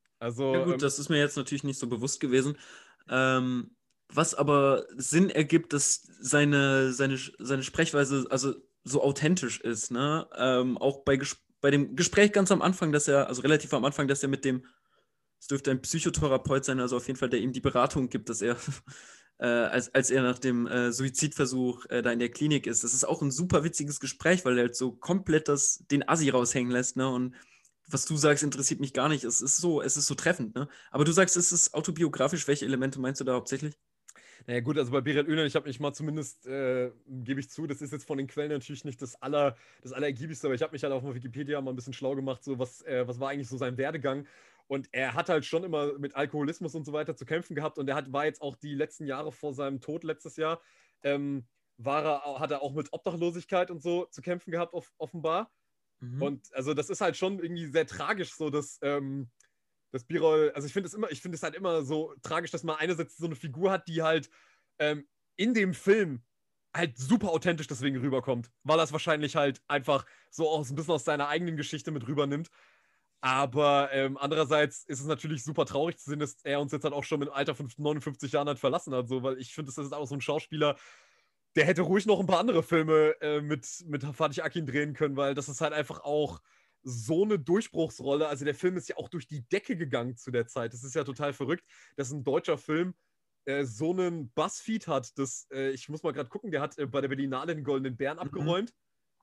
Ja Also, gut, ähm, das ist mir jetzt natürlich nicht so bewusst gewesen. Ähm, was aber Sinn ergibt, dass seine, seine, seine Sprechweise also so authentisch ist, ne? Ähm, auch bei, ges bei dem Gespräch ganz am Anfang, dass er, also relativ am Anfang, dass er mit dem, es dürfte ein Psychotherapeut sein, also auf jeden Fall, der ihm die Beratung gibt, dass er, äh, als, als er nach dem äh, Suizidversuch äh, da in der Klinik ist. Das ist auch ein super witziges Gespräch, weil er halt so komplett das, den Assi raushängen lässt, ne? Und was du sagst, interessiert mich gar nicht. Es ist so, es ist so treffend, ne? Aber du sagst, es ist autobiografisch. Welche Elemente meinst du da hauptsächlich? naja gut, also bei Berit Öner, ich habe mich mal zumindest, äh, gebe ich zu, das ist jetzt von den Quellen natürlich nicht das aller, das allerergiebigste, aber ich habe mich halt auf Wikipedia mal ein bisschen schlau gemacht, so was, äh, was war eigentlich so sein Werdegang. Und er hat halt schon immer mit Alkoholismus und so weiter zu kämpfen gehabt und er hat, war jetzt auch die letzten Jahre vor seinem Tod letztes Jahr, ähm, war er, hat er auch mit Obdachlosigkeit und so zu kämpfen gehabt, off offenbar. Mhm. Und also das ist halt schon irgendwie sehr tragisch, so dass, ähm, dass Birol, also ich finde es immer, ich finde es halt immer so tragisch, dass man einerseits so eine Figur hat, die halt ähm, in dem Film halt super authentisch deswegen rüberkommt, weil er es wahrscheinlich halt einfach so aus, ein bisschen aus seiner eigenen Geschichte mit rübernimmt. Aber ähm, andererseits ist es natürlich super traurig zu sehen, dass er uns jetzt halt auch schon im Alter von neunundfünfzig Jahren halt verlassen hat, so, weil ich finde, das ist auch so ein Schauspieler, der hätte ruhig noch ein paar andere Filme äh, mit, mit Fatih Akin drehen können, weil das ist halt einfach auch so eine Durchbruchsrolle. Also der Film ist ja auch durch die Decke gegangen zu der Zeit. Das ist ja total verrückt, dass ein deutscher Film äh, so einen Buzzfeed hat. Dass, äh, ich muss mal gerade gucken, der hat äh, bei der Berlinale den Goldenen Bären Mhm. abgeräumt.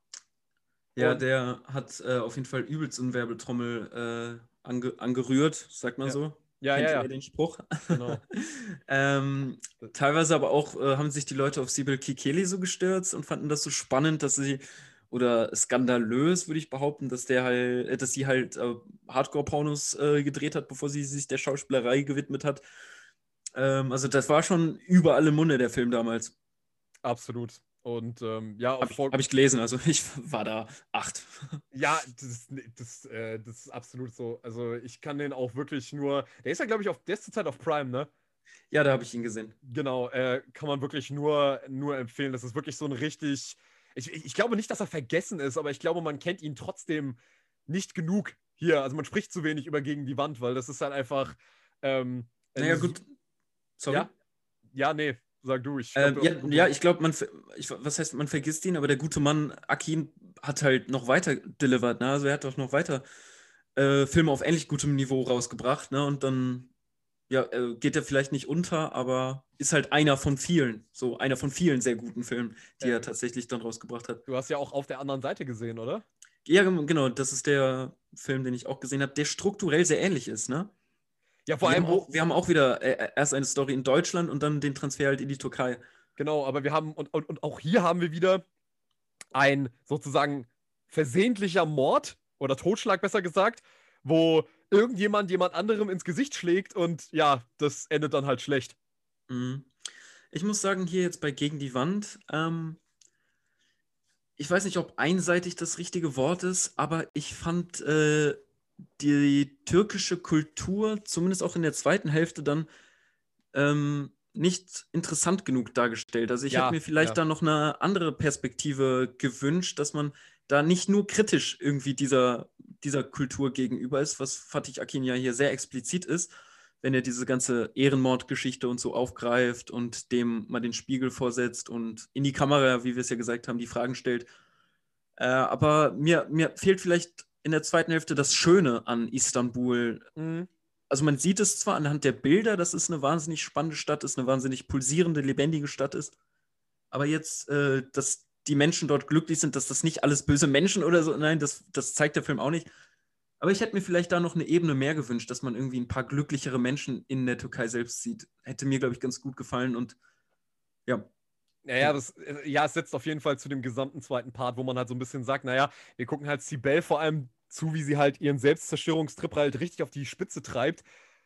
Ja, Und der hat äh, auf jeden Fall übelst eine Werbeltrommel äh, ange angerührt, sagt man ja, so. ja, ja, Kennt ihr ja, den Spruch? genau. ähm, teilweise aber auch äh, haben sich die Leute auf Sibel Kikeli so gestürzt und fanden das so spannend, dass sie, oder skandalös, würde ich behaupten, dass der halt, äh, dass sie halt äh, Hardcore-Pornos äh, gedreht hat, bevor sie sich der Schauspielerei gewidmet hat. Ähm, also das war schon überall im Munde, der Film damals. Absolut. Und ähm, ja, Habe ich, voll, hab ich gelesen, also ich war da acht. ja, das, das, äh, das ist absolut so. Also ich kann den auch wirklich nur. Der ist ja, glaube ich, auf, der ist zurzeit auf Prime, ne? Ja, da habe ich ihn gesehen. Genau, äh, kann man wirklich nur, nur empfehlen. Das ist wirklich so ein richtig. Ich, ich ich glaube nicht, dass er vergessen ist, aber ich glaube, man kennt ihn trotzdem nicht genug hier. Also man spricht zu wenig über Gegen die Wand, weil das ist halt einfach. Ähm, Naja, eine, su- gut, sorry. ja, ja, nee, sag du. Ich glaube, Ähm, du hast ja, einen guten ja, Punkt. ich glaube, man, ver- ich, was heißt, man vergisst ihn, aber der gute Mann Akin hat halt noch weiter delivered, ne? Also er hat doch noch weiter äh, Filme auf ähnlich gutem Niveau rausgebracht, ne? Und dann, ja, äh, geht er vielleicht nicht unter, aber ist halt einer von vielen, so einer von vielen sehr guten Filmen, die er Äh, tatsächlich dann rausgebracht hat. Du hast ja auch auf der anderen Seite gesehen, oder? Ja, gem- genau, das ist der Film, den ich auch gesehen habe, der strukturell sehr ähnlich ist, ne? Ja, vor Wir haben allem, auch, wo. wir haben auch wieder äh, erst eine Story in Deutschland und dann den Transfer halt in die Türkei. Genau, aber wir haben, und, und, und auch hier haben wir wieder ein sozusagen versehentlicher Mord oder Totschlag besser gesagt, wo irgendjemand jemand anderem ins Gesicht schlägt und ja, das endet dann halt schlecht. Mhm. Ich muss sagen, hier jetzt bei Gegen die Wand, ähm, ich weiß nicht, ob einseitig das richtige Wort ist, aber ich fand äh, die türkische Kultur, zumindest auch in der zweiten Hälfte, dann ähm, nicht interessant genug dargestellt. Also ich hätte Ja, mir vielleicht ja. da noch eine andere Perspektive gewünscht, dass man da nicht nur kritisch irgendwie dieser, dieser Kultur gegenüber ist, was Fatih Akin ja hier sehr explizit ist, wenn er diese ganze Ehrenmordgeschichte und so aufgreift und dem mal den Spiegel vorsetzt und in die Kamera, wie wir es ja gesagt haben, die Fragen stellt. Äh, aber mir, mir fehlt vielleicht in der zweiten Hälfte das Schöne an Istanbul. Mhm. Also man sieht es zwar anhand der Bilder, dass es eine wahnsinnig spannende Stadt ist, eine wahnsinnig pulsierende, lebendige Stadt ist, aber jetzt, äh, dass die Menschen dort glücklich sind, dass das nicht alles böse Menschen oder so, nein, das, das zeigt der Film auch nicht. Aber ich hätte mir vielleicht da noch eine Ebene mehr gewünscht, dass man irgendwie ein paar glücklichere Menschen in der Türkei selbst sieht. Hätte mir, glaube ich, ganz gut gefallen und ja, Naja, das, äh, ja, es setzt auf jeden Fall zu dem gesamten zweiten Part, wo man halt so ein bisschen sagt, naja, wir gucken halt Sibel vor allem zu, wie sie halt ihren Selbstzerstörungstrip halt richtig auf die Spitze treibt.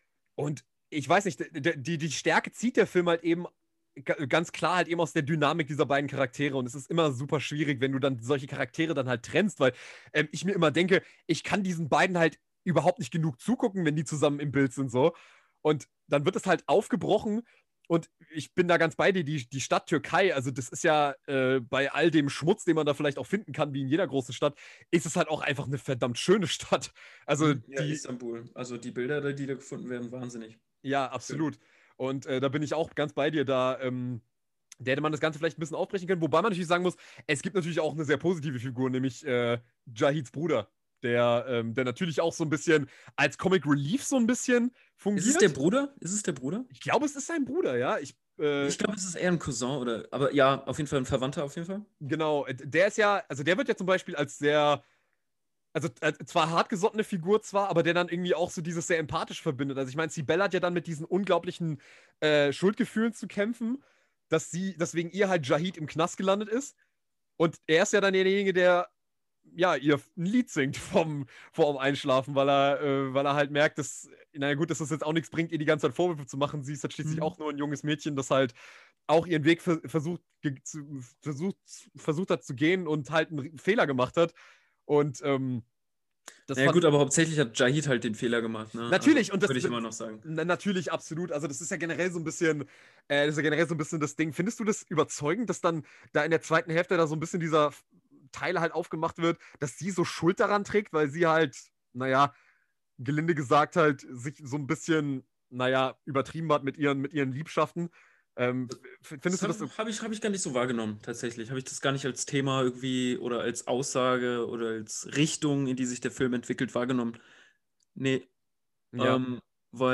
Und ich weiß nicht, d- die, die Stärke zieht der Film halt eben ga- ganz klar halt eben aus der Dynamik dieser beiden Charaktere. Und es ist immer super schwierig, wenn du dann solche Charaktere dann halt trennst, weil ähm, ich mir immer denke, ich kann diesen beiden halt überhaupt nicht genug zugucken, wenn die zusammen im Bild sind so. Und dann wird es halt aufgebrochen. Und ich bin da ganz bei dir, die, die Stadt Türkei, also das ist ja äh, bei all dem Schmutz, den man da vielleicht auch finden kann, wie in jeder großen Stadt, ist es halt auch einfach eine verdammt schöne Stadt. Also hm, ja, die, Istanbul. Also die Bilder, die da gefunden werden, wahnsinnig ja, schön. absolut. Und äh, da bin ich auch ganz bei dir. Da, ähm, da hätte man das Ganze vielleicht ein bisschen aufbrechen können. Wobei man natürlich sagen muss, es gibt natürlich auch eine sehr positive Figur, nämlich äh, Jahids Bruder, der, ähm, der natürlich auch so ein bisschen als Comic Relief so ein bisschen Ist es der fungiert. Bruder? Ist es der Bruder? Ich glaube, es ist sein Bruder, ja. Ich, äh, Ich glaube, es ist eher ein Cousin oder, aber ja, auf jeden Fall ein Verwandter auf jeden Fall. genau, äh, der ist ja, also der wird ja zum Beispiel als sehr, also äh, zwar hartgesottene Figur zwar, aber der dann irgendwie auch so dieses sehr empathisch verbindet. Also ich meine, Sibel hat ja dann mit diesen unglaublichen äh, Schuldgefühlen zu kämpfen, dass sie, dass wegen ihr halt Jahid im Knast gelandet ist. Und er ist ja dann derjenige, der ja ihr ein Lied singt vom, vorm Einschlafen, weil er, äh, weil er halt merkt, dass, naja gut, dass das jetzt auch nichts bringt, ihr die ganze Zeit Vorwürfe zu machen. Sie ist halt schließlich Mhm. auch nur ein junges Mädchen, das halt auch ihren Weg ver versucht, zu, versucht, versucht hat zu gehen und halt einen Fehler gemacht hat. Und ähm, das Naja, fand gut, aber hauptsächlich hat Jahid halt den Fehler gemacht, ne? Also, natürlich, und das, würde ich das immer noch sagen. na, natürlich absolut. Also, das ist ja generell so ein bisschen, äh, das ist ja generell so ein bisschen das Ding. Findest du das überzeugend, dass dann da in der zweiten Hälfte da so ein bisschen dieser Teil halt aufgemacht wird, dass sie so Schuld daran trägt, weil sie halt, naja, gelinde gesagt halt, sich so ein bisschen, naja, übertrieben hat mit ihren, mit ihren Liebschaften. Ähm, f- Das findest du das habe so? hab ich, hab ich gar nicht so wahrgenommen, tatsächlich. Habe ich das gar nicht als Thema irgendwie oder als Aussage oder als Richtung, in die sich der Film entwickelt, wahrgenommen. Nee, Ja. ähm,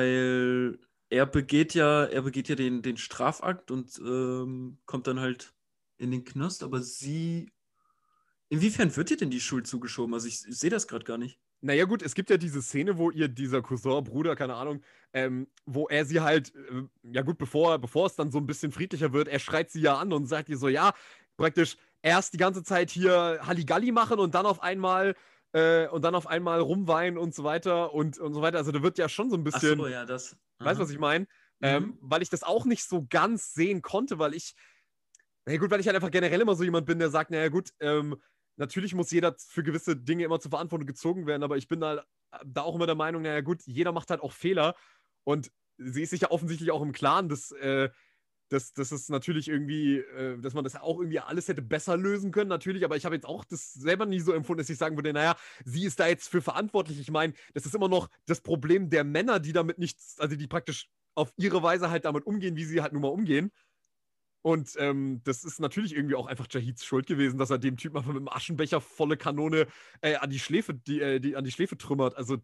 weil er begeht ja, er begeht ja den, den Strafakt und ähm, kommt dann halt in den Knast, aber sie. Inwiefern wird ihr denn die Schuld zugeschoben? Also ich, ich sehe das gerade gar nicht. Naja, gut, es gibt ja diese Szene, wo ihr dieser Cousin, Bruder, keine Ahnung, ähm, wo er sie halt, äh, ja gut, bevor, bevor es dann so ein bisschen friedlicher wird, er schreit sie ja an und sagt ihr so, ja, praktisch erst die ganze Zeit hier Halligalli machen und dann auf einmal, äh, und dann auf einmal rumweinen und so weiter und, und so weiter. Also da wird ja schon so ein Ach so, bisschen, ja, das. weißt du, was Aha. ich meine? Ähm, Mhm. weil ich das auch nicht so ganz sehen konnte, weil ich Na ja, gut, weil ich halt einfach generell immer so jemand bin, der sagt, naja gut, ähm, natürlich muss jeder für gewisse Dinge immer zur Verantwortung gezogen werden, aber ich bin da, da auch immer der Meinung, naja gut, jeder macht halt auch Fehler und sie ist sich ja offensichtlich auch im Klaren, dass, äh, dass, dass es natürlich irgendwie, äh, dass man das auch irgendwie alles hätte besser lösen können, natürlich, aber ich habe jetzt auch das selber nie so empfunden, dass ich sagen würde, naja, sie ist da jetzt für verantwortlich. Ich meine, das ist immer noch das Problem der Männer, die damit nichts, also die praktisch auf ihre Weise halt damit umgehen, wie sie halt nun mal umgehen. Und ähm, das ist natürlich irgendwie auch einfach Jahids Schuld gewesen, dass er dem Typen einfach mit dem Aschenbecher volle Kanone äh, an die Schläfe, die, äh, die, an die Schläfe trümmert. Also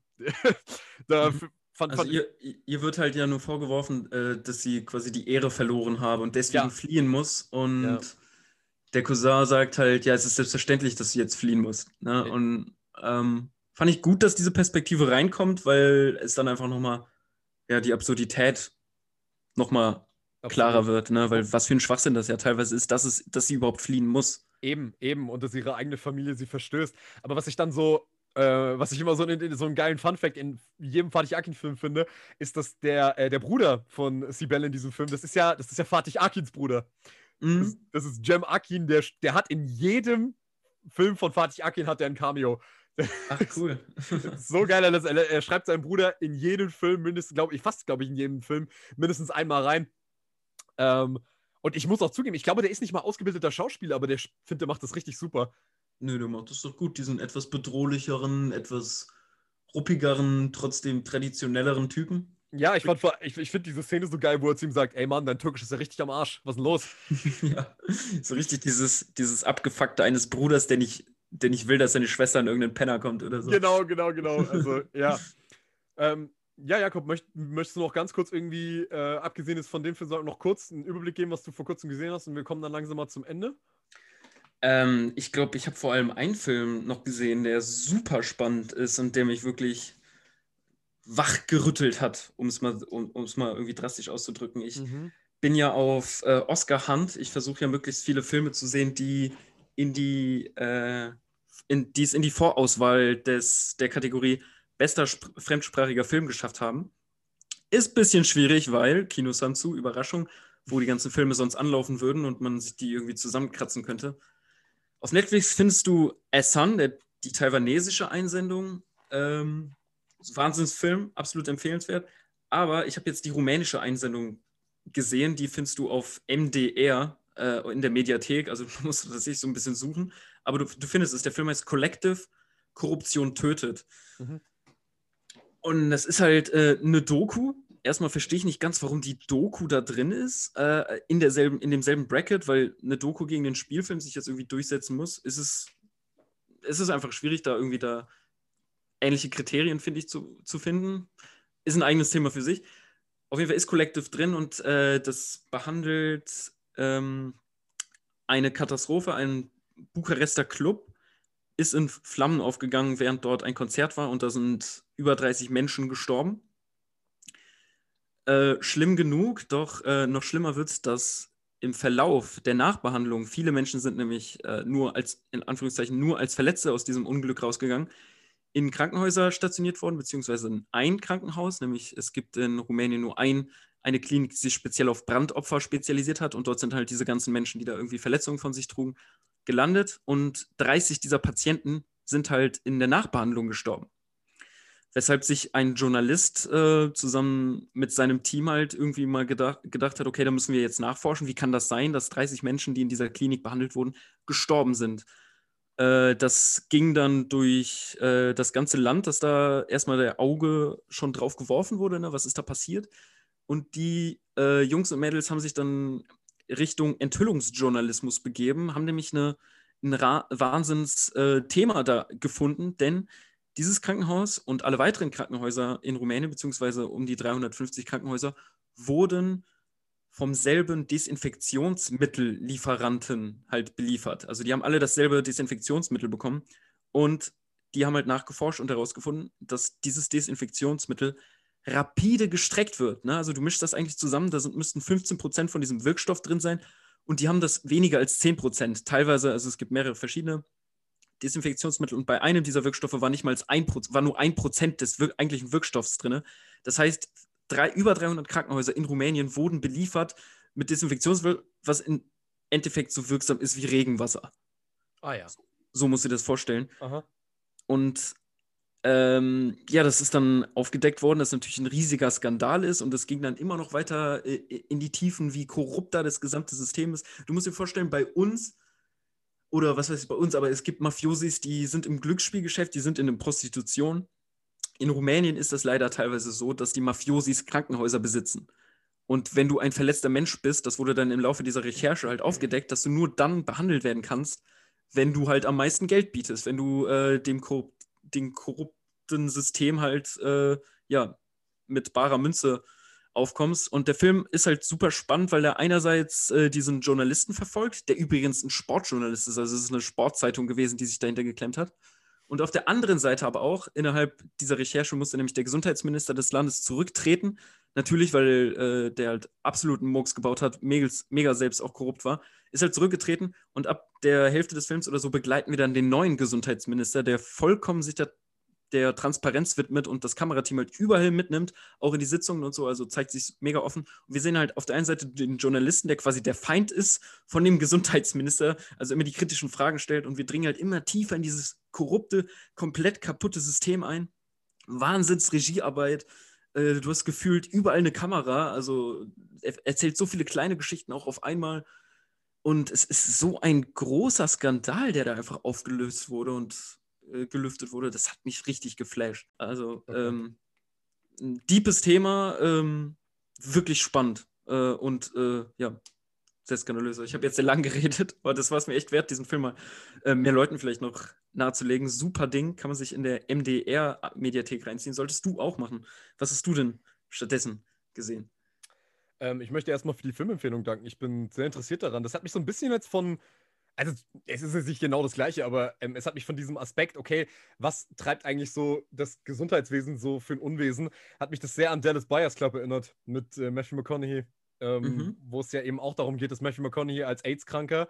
da Mhm. fand, Also fand ihr, ihr wird halt ja nur vorgeworfen, äh, dass sie quasi die Ehre verloren habe und deswegen ja, fliehen muss. Und ja. der Cousin sagt halt, ja, es ist selbstverständlich, dass sie jetzt fliehen muss. Ne? Äh, Und ähm, fand ich gut, dass diese Perspektive reinkommt, weil es dann einfach nochmal, ja, die Absurdität nochmal klarer Absolut. wird, ne? Weil was für ein Schwachsinn das ja teilweise ist, dass es, dass sie überhaupt fliehen muss. Eben, eben. Und dass ihre eigene Familie sie verstößt. Aber was ich dann so, äh, was ich immer so, in, in, so einen geilen Funfact in jedem Fatih Akin-Film finde, ist, dass der, äh, der Bruder von Sibel in diesem Film, das ist ja, das ist ja Fatih Akins Bruder. Das, Mhm. ist- das ist Cem Akin, der, der hat in jedem Film von Fatih Akin hat er ein Cameo. Ach, cool. So geil, er, er, er schreibt seinen Bruder in jedem Film mindestens, glaube ich, fast, glaube ich, in jedem Film mindestens einmal rein. Ähm, und ich muss auch zugeben, ich glaube, der ist nicht mal ausgebildeter Schauspieler, aber der finde, der macht das richtig super. Nö, der macht das doch gut. Diesen etwas bedrohlicheren, etwas ruppigeren, trotzdem traditionelleren Typen. Ja, ich, fand vor- ich, ich finde diese Szene so geil, wo er zu ihm sagt, ey Mann, dein Türkisch ist ja richtig am Arsch. Was ist denn los? Ja, so richtig dieses, dieses Abgefuckte eines Bruders, der nicht, der nicht will, dass seine Schwester in irgendeinen Penner kommt oder so. Genau, genau, genau. Also, ja. Ähm, ja, Jakob, möcht, möchtest du noch ganz kurz irgendwie, äh, abgesehen jetzt von dem Film, noch kurz einen Überblick geben, was du vor kurzem gesehen hast und wir kommen dann langsam mal zum Ende? Ähm, ich glaube, ich habe vor allem einen Film noch gesehen, der super spannend ist und der mich wirklich wachgerüttelt hat, um es mal, um, um es mal irgendwie drastisch auszudrücken. Ich Mhm. bin ja auf äh, Oscar Hunt. Ich versuche ja möglichst viele Filme zu sehen, die in die, äh, in, die es in die Vorauswahl des, der Kategorie bester Sp fremdsprachiger Film geschafft haben. Ist ein bisschen schwierig, weil Kino Sansu, Überraschung, wo die ganzen Filme sonst anlaufen würden und man sich die irgendwie zusammenkratzen könnte. Auf Netflix findest du Asan, der, die taiwanesische Einsendung. Ähm, Wahnsinnsfilm, absolut empfehlenswert. Aber ich habe jetzt die rumänische Einsendung gesehen, die findest du auf M D R äh, in der Mediathek. Also du musst das sich so ein bisschen suchen. Aber du, du findest es. Der Film heißt Collective Korruption tötet. Mhm. Und das ist halt äh, eine Doku. Erstmal verstehe ich nicht ganz, warum die Doku da drin ist, äh, in, derselben, in demselben Bracket, weil eine Doku gegen den Spielfilm sich jetzt irgendwie durchsetzen muss. Ist es, ist es einfach schwierig, da irgendwie da ähnliche Kriterien, finde ich, zu, zu finden. Ist ein eigenes Thema für sich. Auf jeden Fall ist Collective drin und äh, das behandelt ähm, eine Katastrophe. Ein Bukarester Club ist in Flammen aufgegangen, während dort ein Konzert war und da sind über dreißig Menschen gestorben. Äh, schlimm genug, doch äh, noch schlimmer wird es, dass im Verlauf der Nachbehandlung viele Menschen sind nämlich äh, nur als, in Anführungszeichen, nur als Verletzte aus diesem Unglück rausgegangen, in Krankenhäuser stationiert worden, beziehungsweise in ein Krankenhaus, nämlich es gibt in Rumänien nur ein, eine Klinik, die sich speziell auf Brandopfer spezialisiert hat und dort sind halt diese ganzen Menschen, die da irgendwie Verletzungen von sich trugen, gelandet und dreißig dieser Patienten sind halt in der Nachbehandlung gestorben. Weshalb sich ein Journalist äh, zusammen mit seinem Team halt irgendwie mal gedacht, gedacht hat, okay, da müssen wir jetzt nachforschen, wie kann das sein, dass dreißig Menschen, die in dieser Klinik behandelt wurden, gestorben sind. Äh, das ging dann durch äh, das ganze Land, dass da erstmal der Auge schon drauf geworfen wurde, ne? Was ist da passiert? Und die äh, Jungs und Mädels haben sich dann Richtung Enthüllungsjournalismus begeben, haben nämlich eine, ein Wahnsinns-Thema äh, da gefunden, denn dieses Krankenhaus und alle weiteren Krankenhäuser in Rumänien, beziehungsweise um die dreihundertfünfzig Krankenhäuser, wurden vom selben Desinfektionsmittellieferanten halt beliefert. Also die haben alle dasselbe Desinfektionsmittel bekommen und die haben halt nachgeforscht und herausgefunden, dass dieses Desinfektionsmittel rapide gestreckt wird. Ne? Also du mischst das eigentlich zusammen, da sind, müssten fünfzehn Prozent von diesem Wirkstoff drin sein und die haben das weniger als zehn Prozent. Teilweise, also es gibt mehrere verschiedene Desinfektionsmittel und bei einem dieser Wirkstoffe war nicht mal ein Prozent, war nur ein Prozent des wir eigentlichen Wirkstoffs drin. Das heißt, drei, über dreihundert Krankenhäuser in Rumänien wurden beliefert mit Desinfektionsmittel, was in Endeffekt so wirksam ist wie Regenwasser. Ah ja. So musst du dir das vorstellen. Aha. Und ähm, ja, das ist dann aufgedeckt worden, dass natürlich ein riesiger Skandal ist und es ging dann immer noch weiter äh, in die Tiefen, wie korrupt da das gesamte System ist. Du musst dir vorstellen, bei uns, oder was weiß ich bei uns, aber es gibt Mafiosis, die sind im Glücksspielgeschäft, die sind in der Prostitution. In Rumänien ist das leider teilweise so, dass die Mafiosis Krankenhäuser besitzen. Und wenn du ein verletzter Mensch bist, das wurde dann im Laufe dieser Recherche halt aufgedeckt, dass du nur dann behandelt werden kannst, wenn du halt am meisten Geld bietest, wenn du äh, dem, korrup dem korrupten System halt äh, ja, mit barer Münze aufkommst. Und der Film ist halt super spannend, weil er einerseits äh, diesen Journalisten verfolgt, der übrigens ein Sportjournalist ist, also es ist eine Sportzeitung gewesen, die sich dahinter geklemmt hat. Und auf der anderen Seite aber auch, innerhalb dieser Recherche musste nämlich der Gesundheitsminister des Landes zurücktreten. Natürlich, weil äh, der halt absoluten Murks gebaut hat, mega, mega selbst auch korrupt war, ist halt zurückgetreten und ab der Hälfte des Films oder so begleiten wir dann den neuen Gesundheitsminister, der vollkommen sich der, der Transparenz widmet und das Kamerateam halt überall mitnimmt, auch in die Sitzungen und so, also zeigt sich mega offen. Und wir sehen halt auf der einen Seite den Journalisten, der quasi der Feind ist von dem Gesundheitsminister, also immer die kritischen Fragen stellt und wir dringen halt immer tiefer in dieses korrupte, komplett kaputte System ein. Wahnsinns-Regiearbeit. Äh, du hast gefühlt überall eine Kamera, also er erzählt so viele kleine Geschichten auch auf einmal. Und es ist so ein großer Skandal, der da einfach aufgelöst wurde und äh, gelüftet wurde. Das hat mich richtig geflasht. Also Okay. ähm, ein deepes Thema, ähm, wirklich spannend. Äh, und äh, ja, sehr skandalös. Ich habe jetzt sehr lang geredet, aber das war es mir echt wert, diesen Film mal äh, mehr Leuten vielleicht noch nahezulegen. Super Ding, kann man sich in der M D R-Mediathek reinziehen. Solltest du auch machen. Was hast du denn stattdessen gesehen? Ähm, ich möchte erstmal für die Filmempfehlung danken. Ich bin sehr interessiert daran. Das hat mich so ein bisschen jetzt von, also es ist jetzt nicht genau das Gleiche, aber ähm, es hat mich von diesem Aspekt, okay, was treibt eigentlich so das Gesundheitswesen so für ein Unwesen, hat mich das sehr an Dallas Buyers Club erinnert mit äh, Matthew McConaughey, ähm, Mhm. wo es ja eben auch darum geht, dass Matthew McConaughey als AIDS-Kranker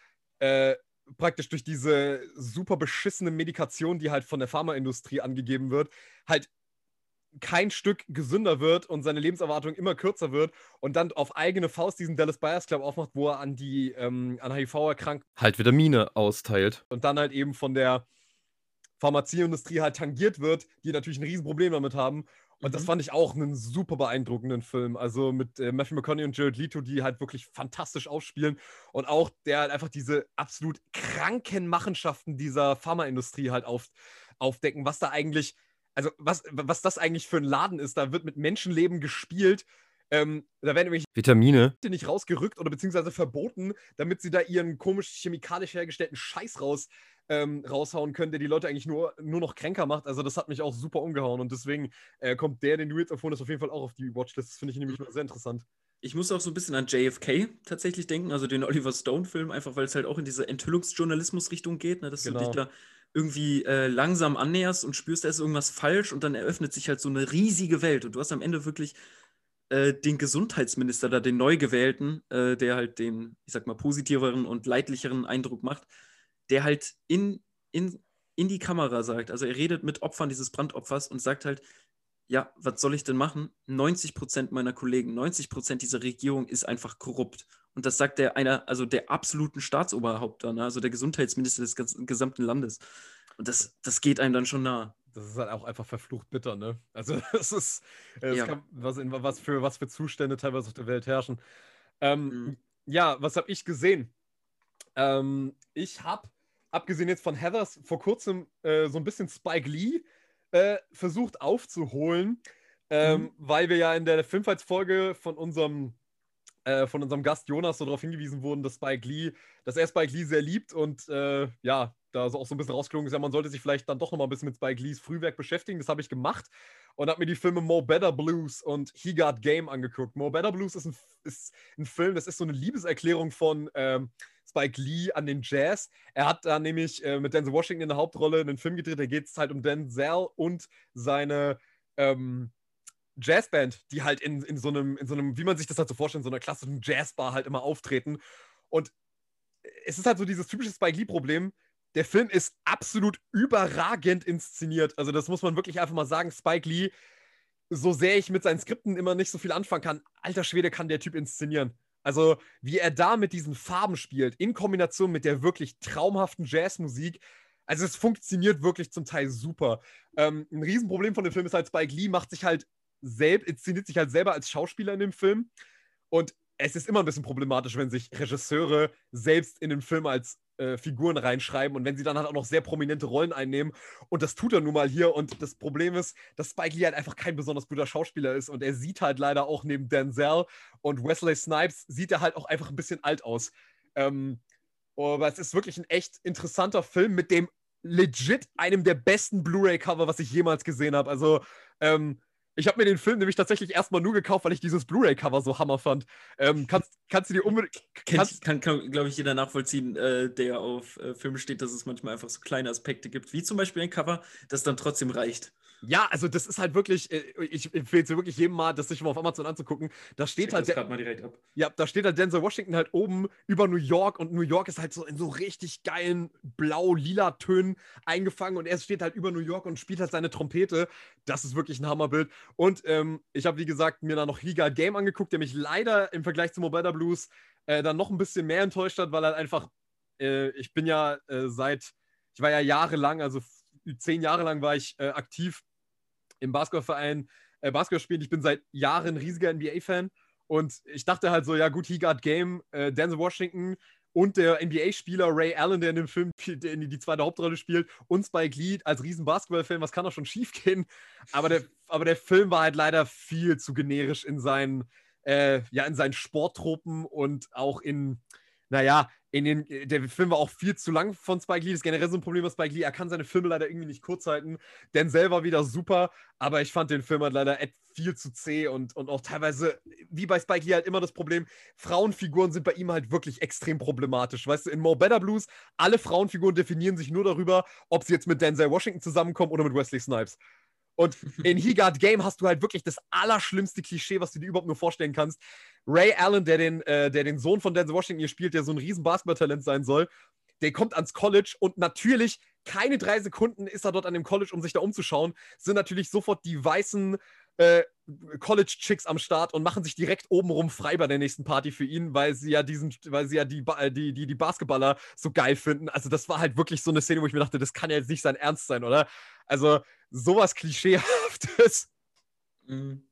äh, praktisch durch diese super beschissene Medikation, die halt von der Pharmaindustrie angegeben wird, halt kein Stück gesünder wird und seine Lebenserwartung immer kürzer wird und dann auf eigene Faust diesen Dallas Buyers Club aufmacht, wo er an die ähm, an H I V erkrankt halt Vitamine austeilt. und dann halt eben von der Pharmazieindustrie halt tangiert wird, die natürlich ein Riesenproblem damit haben. Und Mhm. das fand ich auch einen super beeindruckenden Film. Also mit äh, Matthew McConaughey und Jared Leto, die halt wirklich fantastisch aufspielen. Und auch der halt einfach diese absolut kranken Machenschaften dieser Pharmaindustrie halt auf, aufdecken, was da eigentlich, also was, was das eigentlich für ein Laden ist. Da wird mit Menschenleben gespielt. Ähm, da werden irgendwelche Vitamine. nicht rausgerückt oder beziehungsweise verboten, damit sie da ihren komisch chemikalisch hergestellten Scheiß raus, ähm, raushauen können, der die Leute eigentlich nur, nur noch kränker macht. Also das hat mich auch super umgehauen und deswegen äh, kommt der, den du jetzt empfohlen hast, auf jeden Fall auch auf die Watchlist. Das finde ich nämlich sehr interessant. Ich muss auch so ein bisschen an J F K tatsächlich denken, also den Oliver Stone-Film, einfach weil es halt auch in diese Enthüllungsjournalismus-Richtung geht, ne, dass Genau. du dich da irgendwie äh, langsam annäherst und spürst, da ist irgendwas falsch und dann eröffnet sich halt so eine riesige Welt und du hast am Ende wirklich äh, den Gesundheitsminister da, den neu gewählten, äh, der halt den, ich sag mal, positiveren und leidlicheren Eindruck macht, der halt in, in, in die Kamera sagt, also er redet mit Opfern dieses Brandopfers und sagt halt, ja, was soll ich denn machen? neunzig Prozent meiner Kollegen, neunzig Prozent dieser Regierung ist einfach korrupt. Und das sagt der einer, also der absoluten Staatsoberhaupt dann, also der Gesundheitsminister des gesamten Landes. Und das, das geht einem dann schon nah. Das ist halt auch einfach verflucht bitter, ne? Also das ist, das Ja. kann, was, in, was, für, was für Zustände teilweise auf der Welt herrschen. Ähm, Mhm. Ja, was habe ich gesehen? Ähm, ich habe, abgesehen jetzt von Heathers, vor kurzem äh, so ein bisschen Spike Lee äh, versucht aufzuholen, ähm, Mhm. weil wir ja in der Filmfights-Folge von unserem äh, von unserem Gast Jonas so darauf hingewiesen wurden, dass Spike Lee, dass er Spike Lee sehr liebt und äh, ja, da so auch so ein bisschen rausgelungen ist, ja, man sollte sich vielleicht dann doch noch mal ein bisschen mit Spike Lees Frühwerk beschäftigen. Das habe ich gemacht und habe mir die Filme Mo Better Blues und He Got Game angeguckt. Mo Better Blues ist ein, ist ein Film, das ist so eine Liebeserklärung von ähm, Spike Lee an den Jazz. Er hat da nämlich äh, mit Denzel Washington in der Hauptrolle einen Film gedreht, da geht es halt um Denzel und seine ähm, Jazzband, die halt in, in, so einem, in so einem, wie man sich das halt so vorstellt, in so einer klassischen Jazzbar halt immer auftreten. Und es ist halt so dieses typische Spike Lee-Problem. Der Film ist absolut überragend inszeniert. Also das muss man wirklich einfach mal sagen. Spike Lee, so sehr ich mit seinen Skripten immer nicht so viel anfangen kann, alter Schwede kann der Typ inszenieren. Also, wie er da mit diesen Farben spielt, in Kombination mit der wirklich traumhaften Jazzmusik. Also, es funktioniert wirklich zum Teil super. Ähm, ein Riesenproblem von dem Film ist halt, Spike Lee macht sich halt selbst, inszeniert sich halt selber als Schauspieler in dem Film. Und es ist immer ein bisschen problematisch, wenn sich Regisseure selbst in den Film als äh, Figuren reinschreiben und wenn sie dann halt auch noch sehr prominente Rollen einnehmen. Und das tut er nun mal hier. Und das Problem ist, dass Spike Lee halt einfach kein besonders guter Schauspieler ist. Und er sieht halt leider auch neben Denzel und Wesley Snipes, sieht er halt auch einfach ein bisschen alt aus. Ähm, aber es ist wirklich ein echt interessanter Film mit dem legit einem der besten Blu-ray-Cover, was ich jemals gesehen habe. Also, ähm, ich habe mir den Film nämlich tatsächlich erstmal nur gekauft, weil ich dieses Blu-ray-Cover so Hammer fand. Ähm, kannst, kannst du dir unbedingt. Kannst, kann, kann glaube ich, jeder nachvollziehen, äh, der auf äh, Filme steht, dass es manchmal einfach so kleine Aspekte gibt, wie zum Beispiel ein Cover, das dann trotzdem reicht. Ja, also das ist halt wirklich, äh, ich empfehle es wirklich jedem mal, das sich mal auf Amazon anzugucken. Da steht Ich halt. das gerade mal direkt ab. Ja, da steht halt Denzel Washington halt oben über New York und New York ist halt so in so richtig geilen blau-lila Tönen eingefangen und er steht halt über New York und spielt halt seine Trompete. Das ist wirklich ein Hammerbild. Und ähm, ich habe, wie gesagt, mir da noch He Got Game angeguckt, der mich leider im Vergleich zu Mo Better Blues äh, dann noch ein bisschen mehr enttäuscht hat, weil halt einfach, äh, ich bin ja äh, seit, ich war ja jahrelang, also zehn Jahre lang war ich äh, aktiv im Basketballverein äh, Basketball spielen. Ich bin seit Jahren riesiger N B A-Fan und ich dachte halt so, ja gut, He Got Game, äh, Denzel Washington und der N B A-Spieler Ray Allen, der in dem Film der in die, die zweite Hauptrolle spielt, und Spike Lee als riesen Basketball-Fan, was kann doch schon schief gehen? Aber der, aber der Film war halt leider viel zu generisch in seinen, äh, ja, in seinen Sporttropen und auch in, naja, in den, der Film war auch viel zu lang von Spike Lee. Das ist generell so ein Problem bei Spike Lee. Er kann seine Filme leider irgendwie nicht kurz halten. Denzel war wieder super, aber ich fand den Film halt leider viel zu zäh und, und auch teilweise, wie bei Spike Lee halt immer das Problem, Frauenfiguren sind bei ihm halt wirklich extrem problematisch. Weißt du, in Mo Better Blues, alle Frauenfiguren definieren sich nur darüber, ob sie jetzt mit Denzel Washington zusammenkommen oder mit Wesley Snipes. Und in He Got Game hast du halt wirklich das allerschlimmste Klischee, was du dir überhaupt nur vorstellen kannst. Ray Allen, der den, äh, der den Sohn von Denzel Washington hier spielt, der so ein riesen Basketballtalent sein soll, der kommt ans College und natürlich keine drei Sekunden ist er dort an dem College, um sich da umzuschauen, sind natürlich sofort die weißen äh, College-Chicks am Start und machen sich direkt obenrum frei bei der nächsten Party für ihn, weil sie ja diesen, weil sie ja die, die, die, die Basketballer so geil finden. Also das war halt wirklich so eine Szene, wo ich mir dachte, das kann ja jetzt nicht sein Ernst sein, oder? Also sowas Klischeehaftes. Mhm.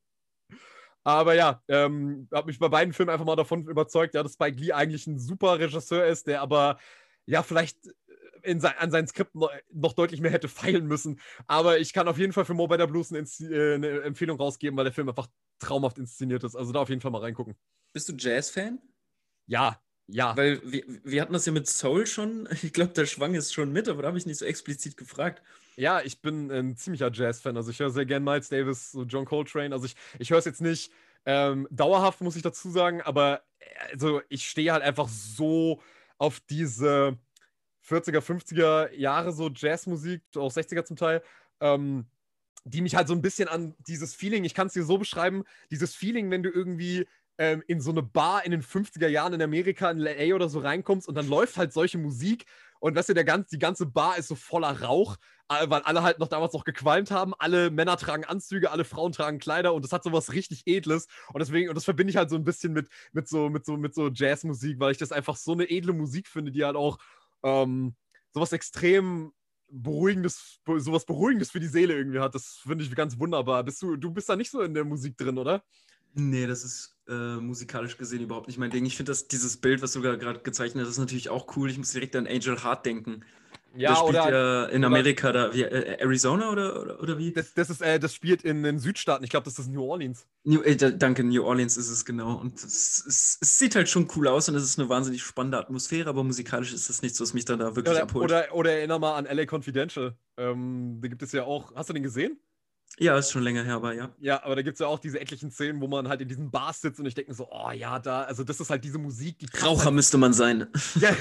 Aber ja, ähm, habe mich bei beiden Filmen einfach mal davon überzeugt, ja, dass Spike Lee eigentlich ein super Regisseur ist, der aber ja vielleicht in sein, an seinen Skripten noch, noch deutlich mehr hätte feilen müssen. Aber ich kann auf jeden Fall für Mo Better Blues eine, äh, eine Empfehlung rausgeben, weil der Film einfach traumhaft inszeniert ist. Also da auf jeden Fall mal reingucken. Bist du Jazz-Fan? Ja, ja. Weil wir, wir hatten das ja mit Soul schon. Ich glaube, der schwang ist schon mit, aber da habe ich nicht so explizit gefragt. Ja, ich bin ein ziemlicher Jazz-Fan. Also ich höre sehr gerne Miles Davis, so John Coltrane. Also ich, ich höre es jetzt nicht ähm, dauerhaft, muss ich dazu sagen, aber also ich stehe halt einfach so auf diese vierziger, fünfziger Jahre so Jazzmusik, auch sechziger zum Teil, ähm, die mich halt so ein bisschen an dieses Feeling, ich kann es dir so beschreiben, dieses Feeling, wenn du irgendwie ähm, in so eine Bar in den fünfziger Jahren in Amerika, in L A oder so reinkommst und dann läuft halt solche Musik und weißt du, der ganz, die ganze Bar ist so voller Rauch, weil alle halt noch damals noch gequalmt haben. Alle Männer tragen Anzüge, alle Frauen tragen Kleider und das hat so was richtig Edles. Und deswegen, und das verbinde ich halt so ein bisschen mit, mit so, mit so, mit so Jazzmusik, weil ich das einfach so eine edle Musik finde, die halt auch ähm, sowas extrem Beruhigendes, sowas Beruhigendes für die Seele irgendwie hat. Das finde ich ganz wunderbar. Bist du, du bist da nicht so in der Musik drin, oder? Nee, das ist äh, musikalisch gesehen überhaupt nicht mein Ding. Ich finde, dieses Bild, was du gerade gezeichnet hast, ist natürlich auch cool. Ich muss direkt an Angel Heart denken. Ja, der spielt oder ja in oder, Amerika, da, wie, äh, Arizona oder, oder, oder wie? Das, das, ist, äh, das spielt in den Südstaaten. Ich glaube, das ist New Orleans. New, äh, danke, New Orleans ist es genau. Und es, es, es sieht halt schon cool aus und es ist eine wahnsinnig spannende Atmosphäre, aber musikalisch ist das nichts, was mich dann da wirklich oder, abholt. Oder, oder erinnere mal an L A Confidential. Ähm, da gibt es ja auch. Hast du den gesehen? Ja, ist schon länger her, aber ja. Ja, aber da gibt es ja auch diese etlichen Szenen, wo man halt in diesen Bars sitzt und ich denke mir so, oh ja, da, also das ist halt diese Musik, die Raucher halt, müsste man sein. Ja.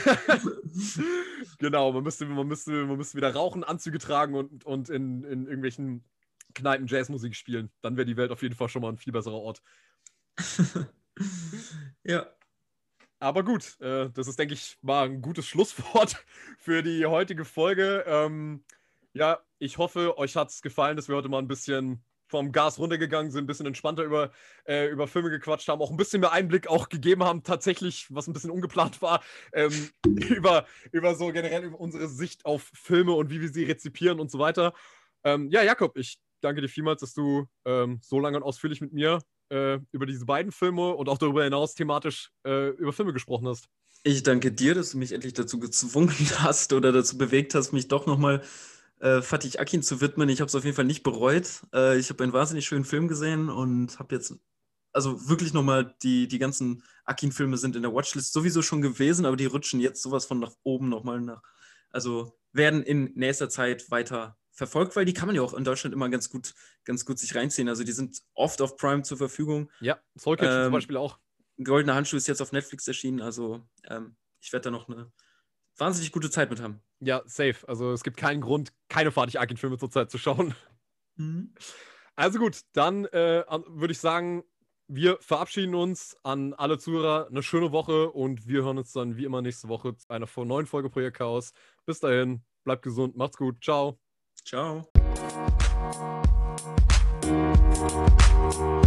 Genau, man müsste, man, müsste, man müsste wieder rauchen, Anzüge tragen und, und in, in irgendwelchen Kneipen Jazzmusik spielen. Dann wäre die Welt auf jeden Fall schon mal ein viel besserer Ort. Ja. Aber gut, äh, das ist, denke ich, mal ein gutes Schlusswort für die heutige Folge. Ähm, ja, ich hoffe, euch hat es gefallen, dass wir heute mal ein bisschen vom Gas runtergegangen sind, ein bisschen entspannter über, äh, über Filme gequatscht haben, auch ein bisschen mehr Einblick auch gegeben haben, tatsächlich, was ein bisschen ungeplant war, ähm, über, über so generell über unsere Sicht auf Filme und wie wir sie rezipieren und so weiter. Ähm, ja, Jakob, ich danke dir vielmals, dass du ähm, so lange und ausführlich mit mir äh, über diese beiden Filme und auch darüber hinaus thematisch äh, über Filme gesprochen hast. Ich danke dir, dass du mich endlich dazu gezwungen hast oder dazu bewegt hast, mich doch nochmal äh, Fatih Akin zu widmen. Ich habe es auf jeden Fall nicht bereut. Äh, ich habe einen wahnsinnig schönen Film gesehen und habe jetzt, also wirklich nochmal, die, die ganzen Akin-Filme sind in der Watchlist sowieso schon gewesen, aber die rutschen jetzt sowas von nach oben nochmal nach. Also werden in nächster Zeit weiter verfolgt, weil die kann man ja auch in Deutschland immer ganz gut, ganz gut sich reinziehen. Also die sind oft auf Prime zur Verfügung. Ja, Soul Kitchen Ähm, zum Beispiel auch. Goldener Handschuh ist jetzt auf Netflix erschienen, also ähm, ich werde da noch eine wahnsinnig gute Zeit mit haben. Ja, safe. Also es gibt keinen Grund, keine Fatih Akin-Filme zurzeit zu schauen. Mhm. Also gut, dann äh, würde ich sagen, wir verabschieden uns an alle Zuhörer. Eine schöne Woche und wir hören uns dann wie immer nächste Woche zu einer neuen Folge Projekt Chaos. Bis dahin, bleibt gesund, macht's gut, ciao. Ciao.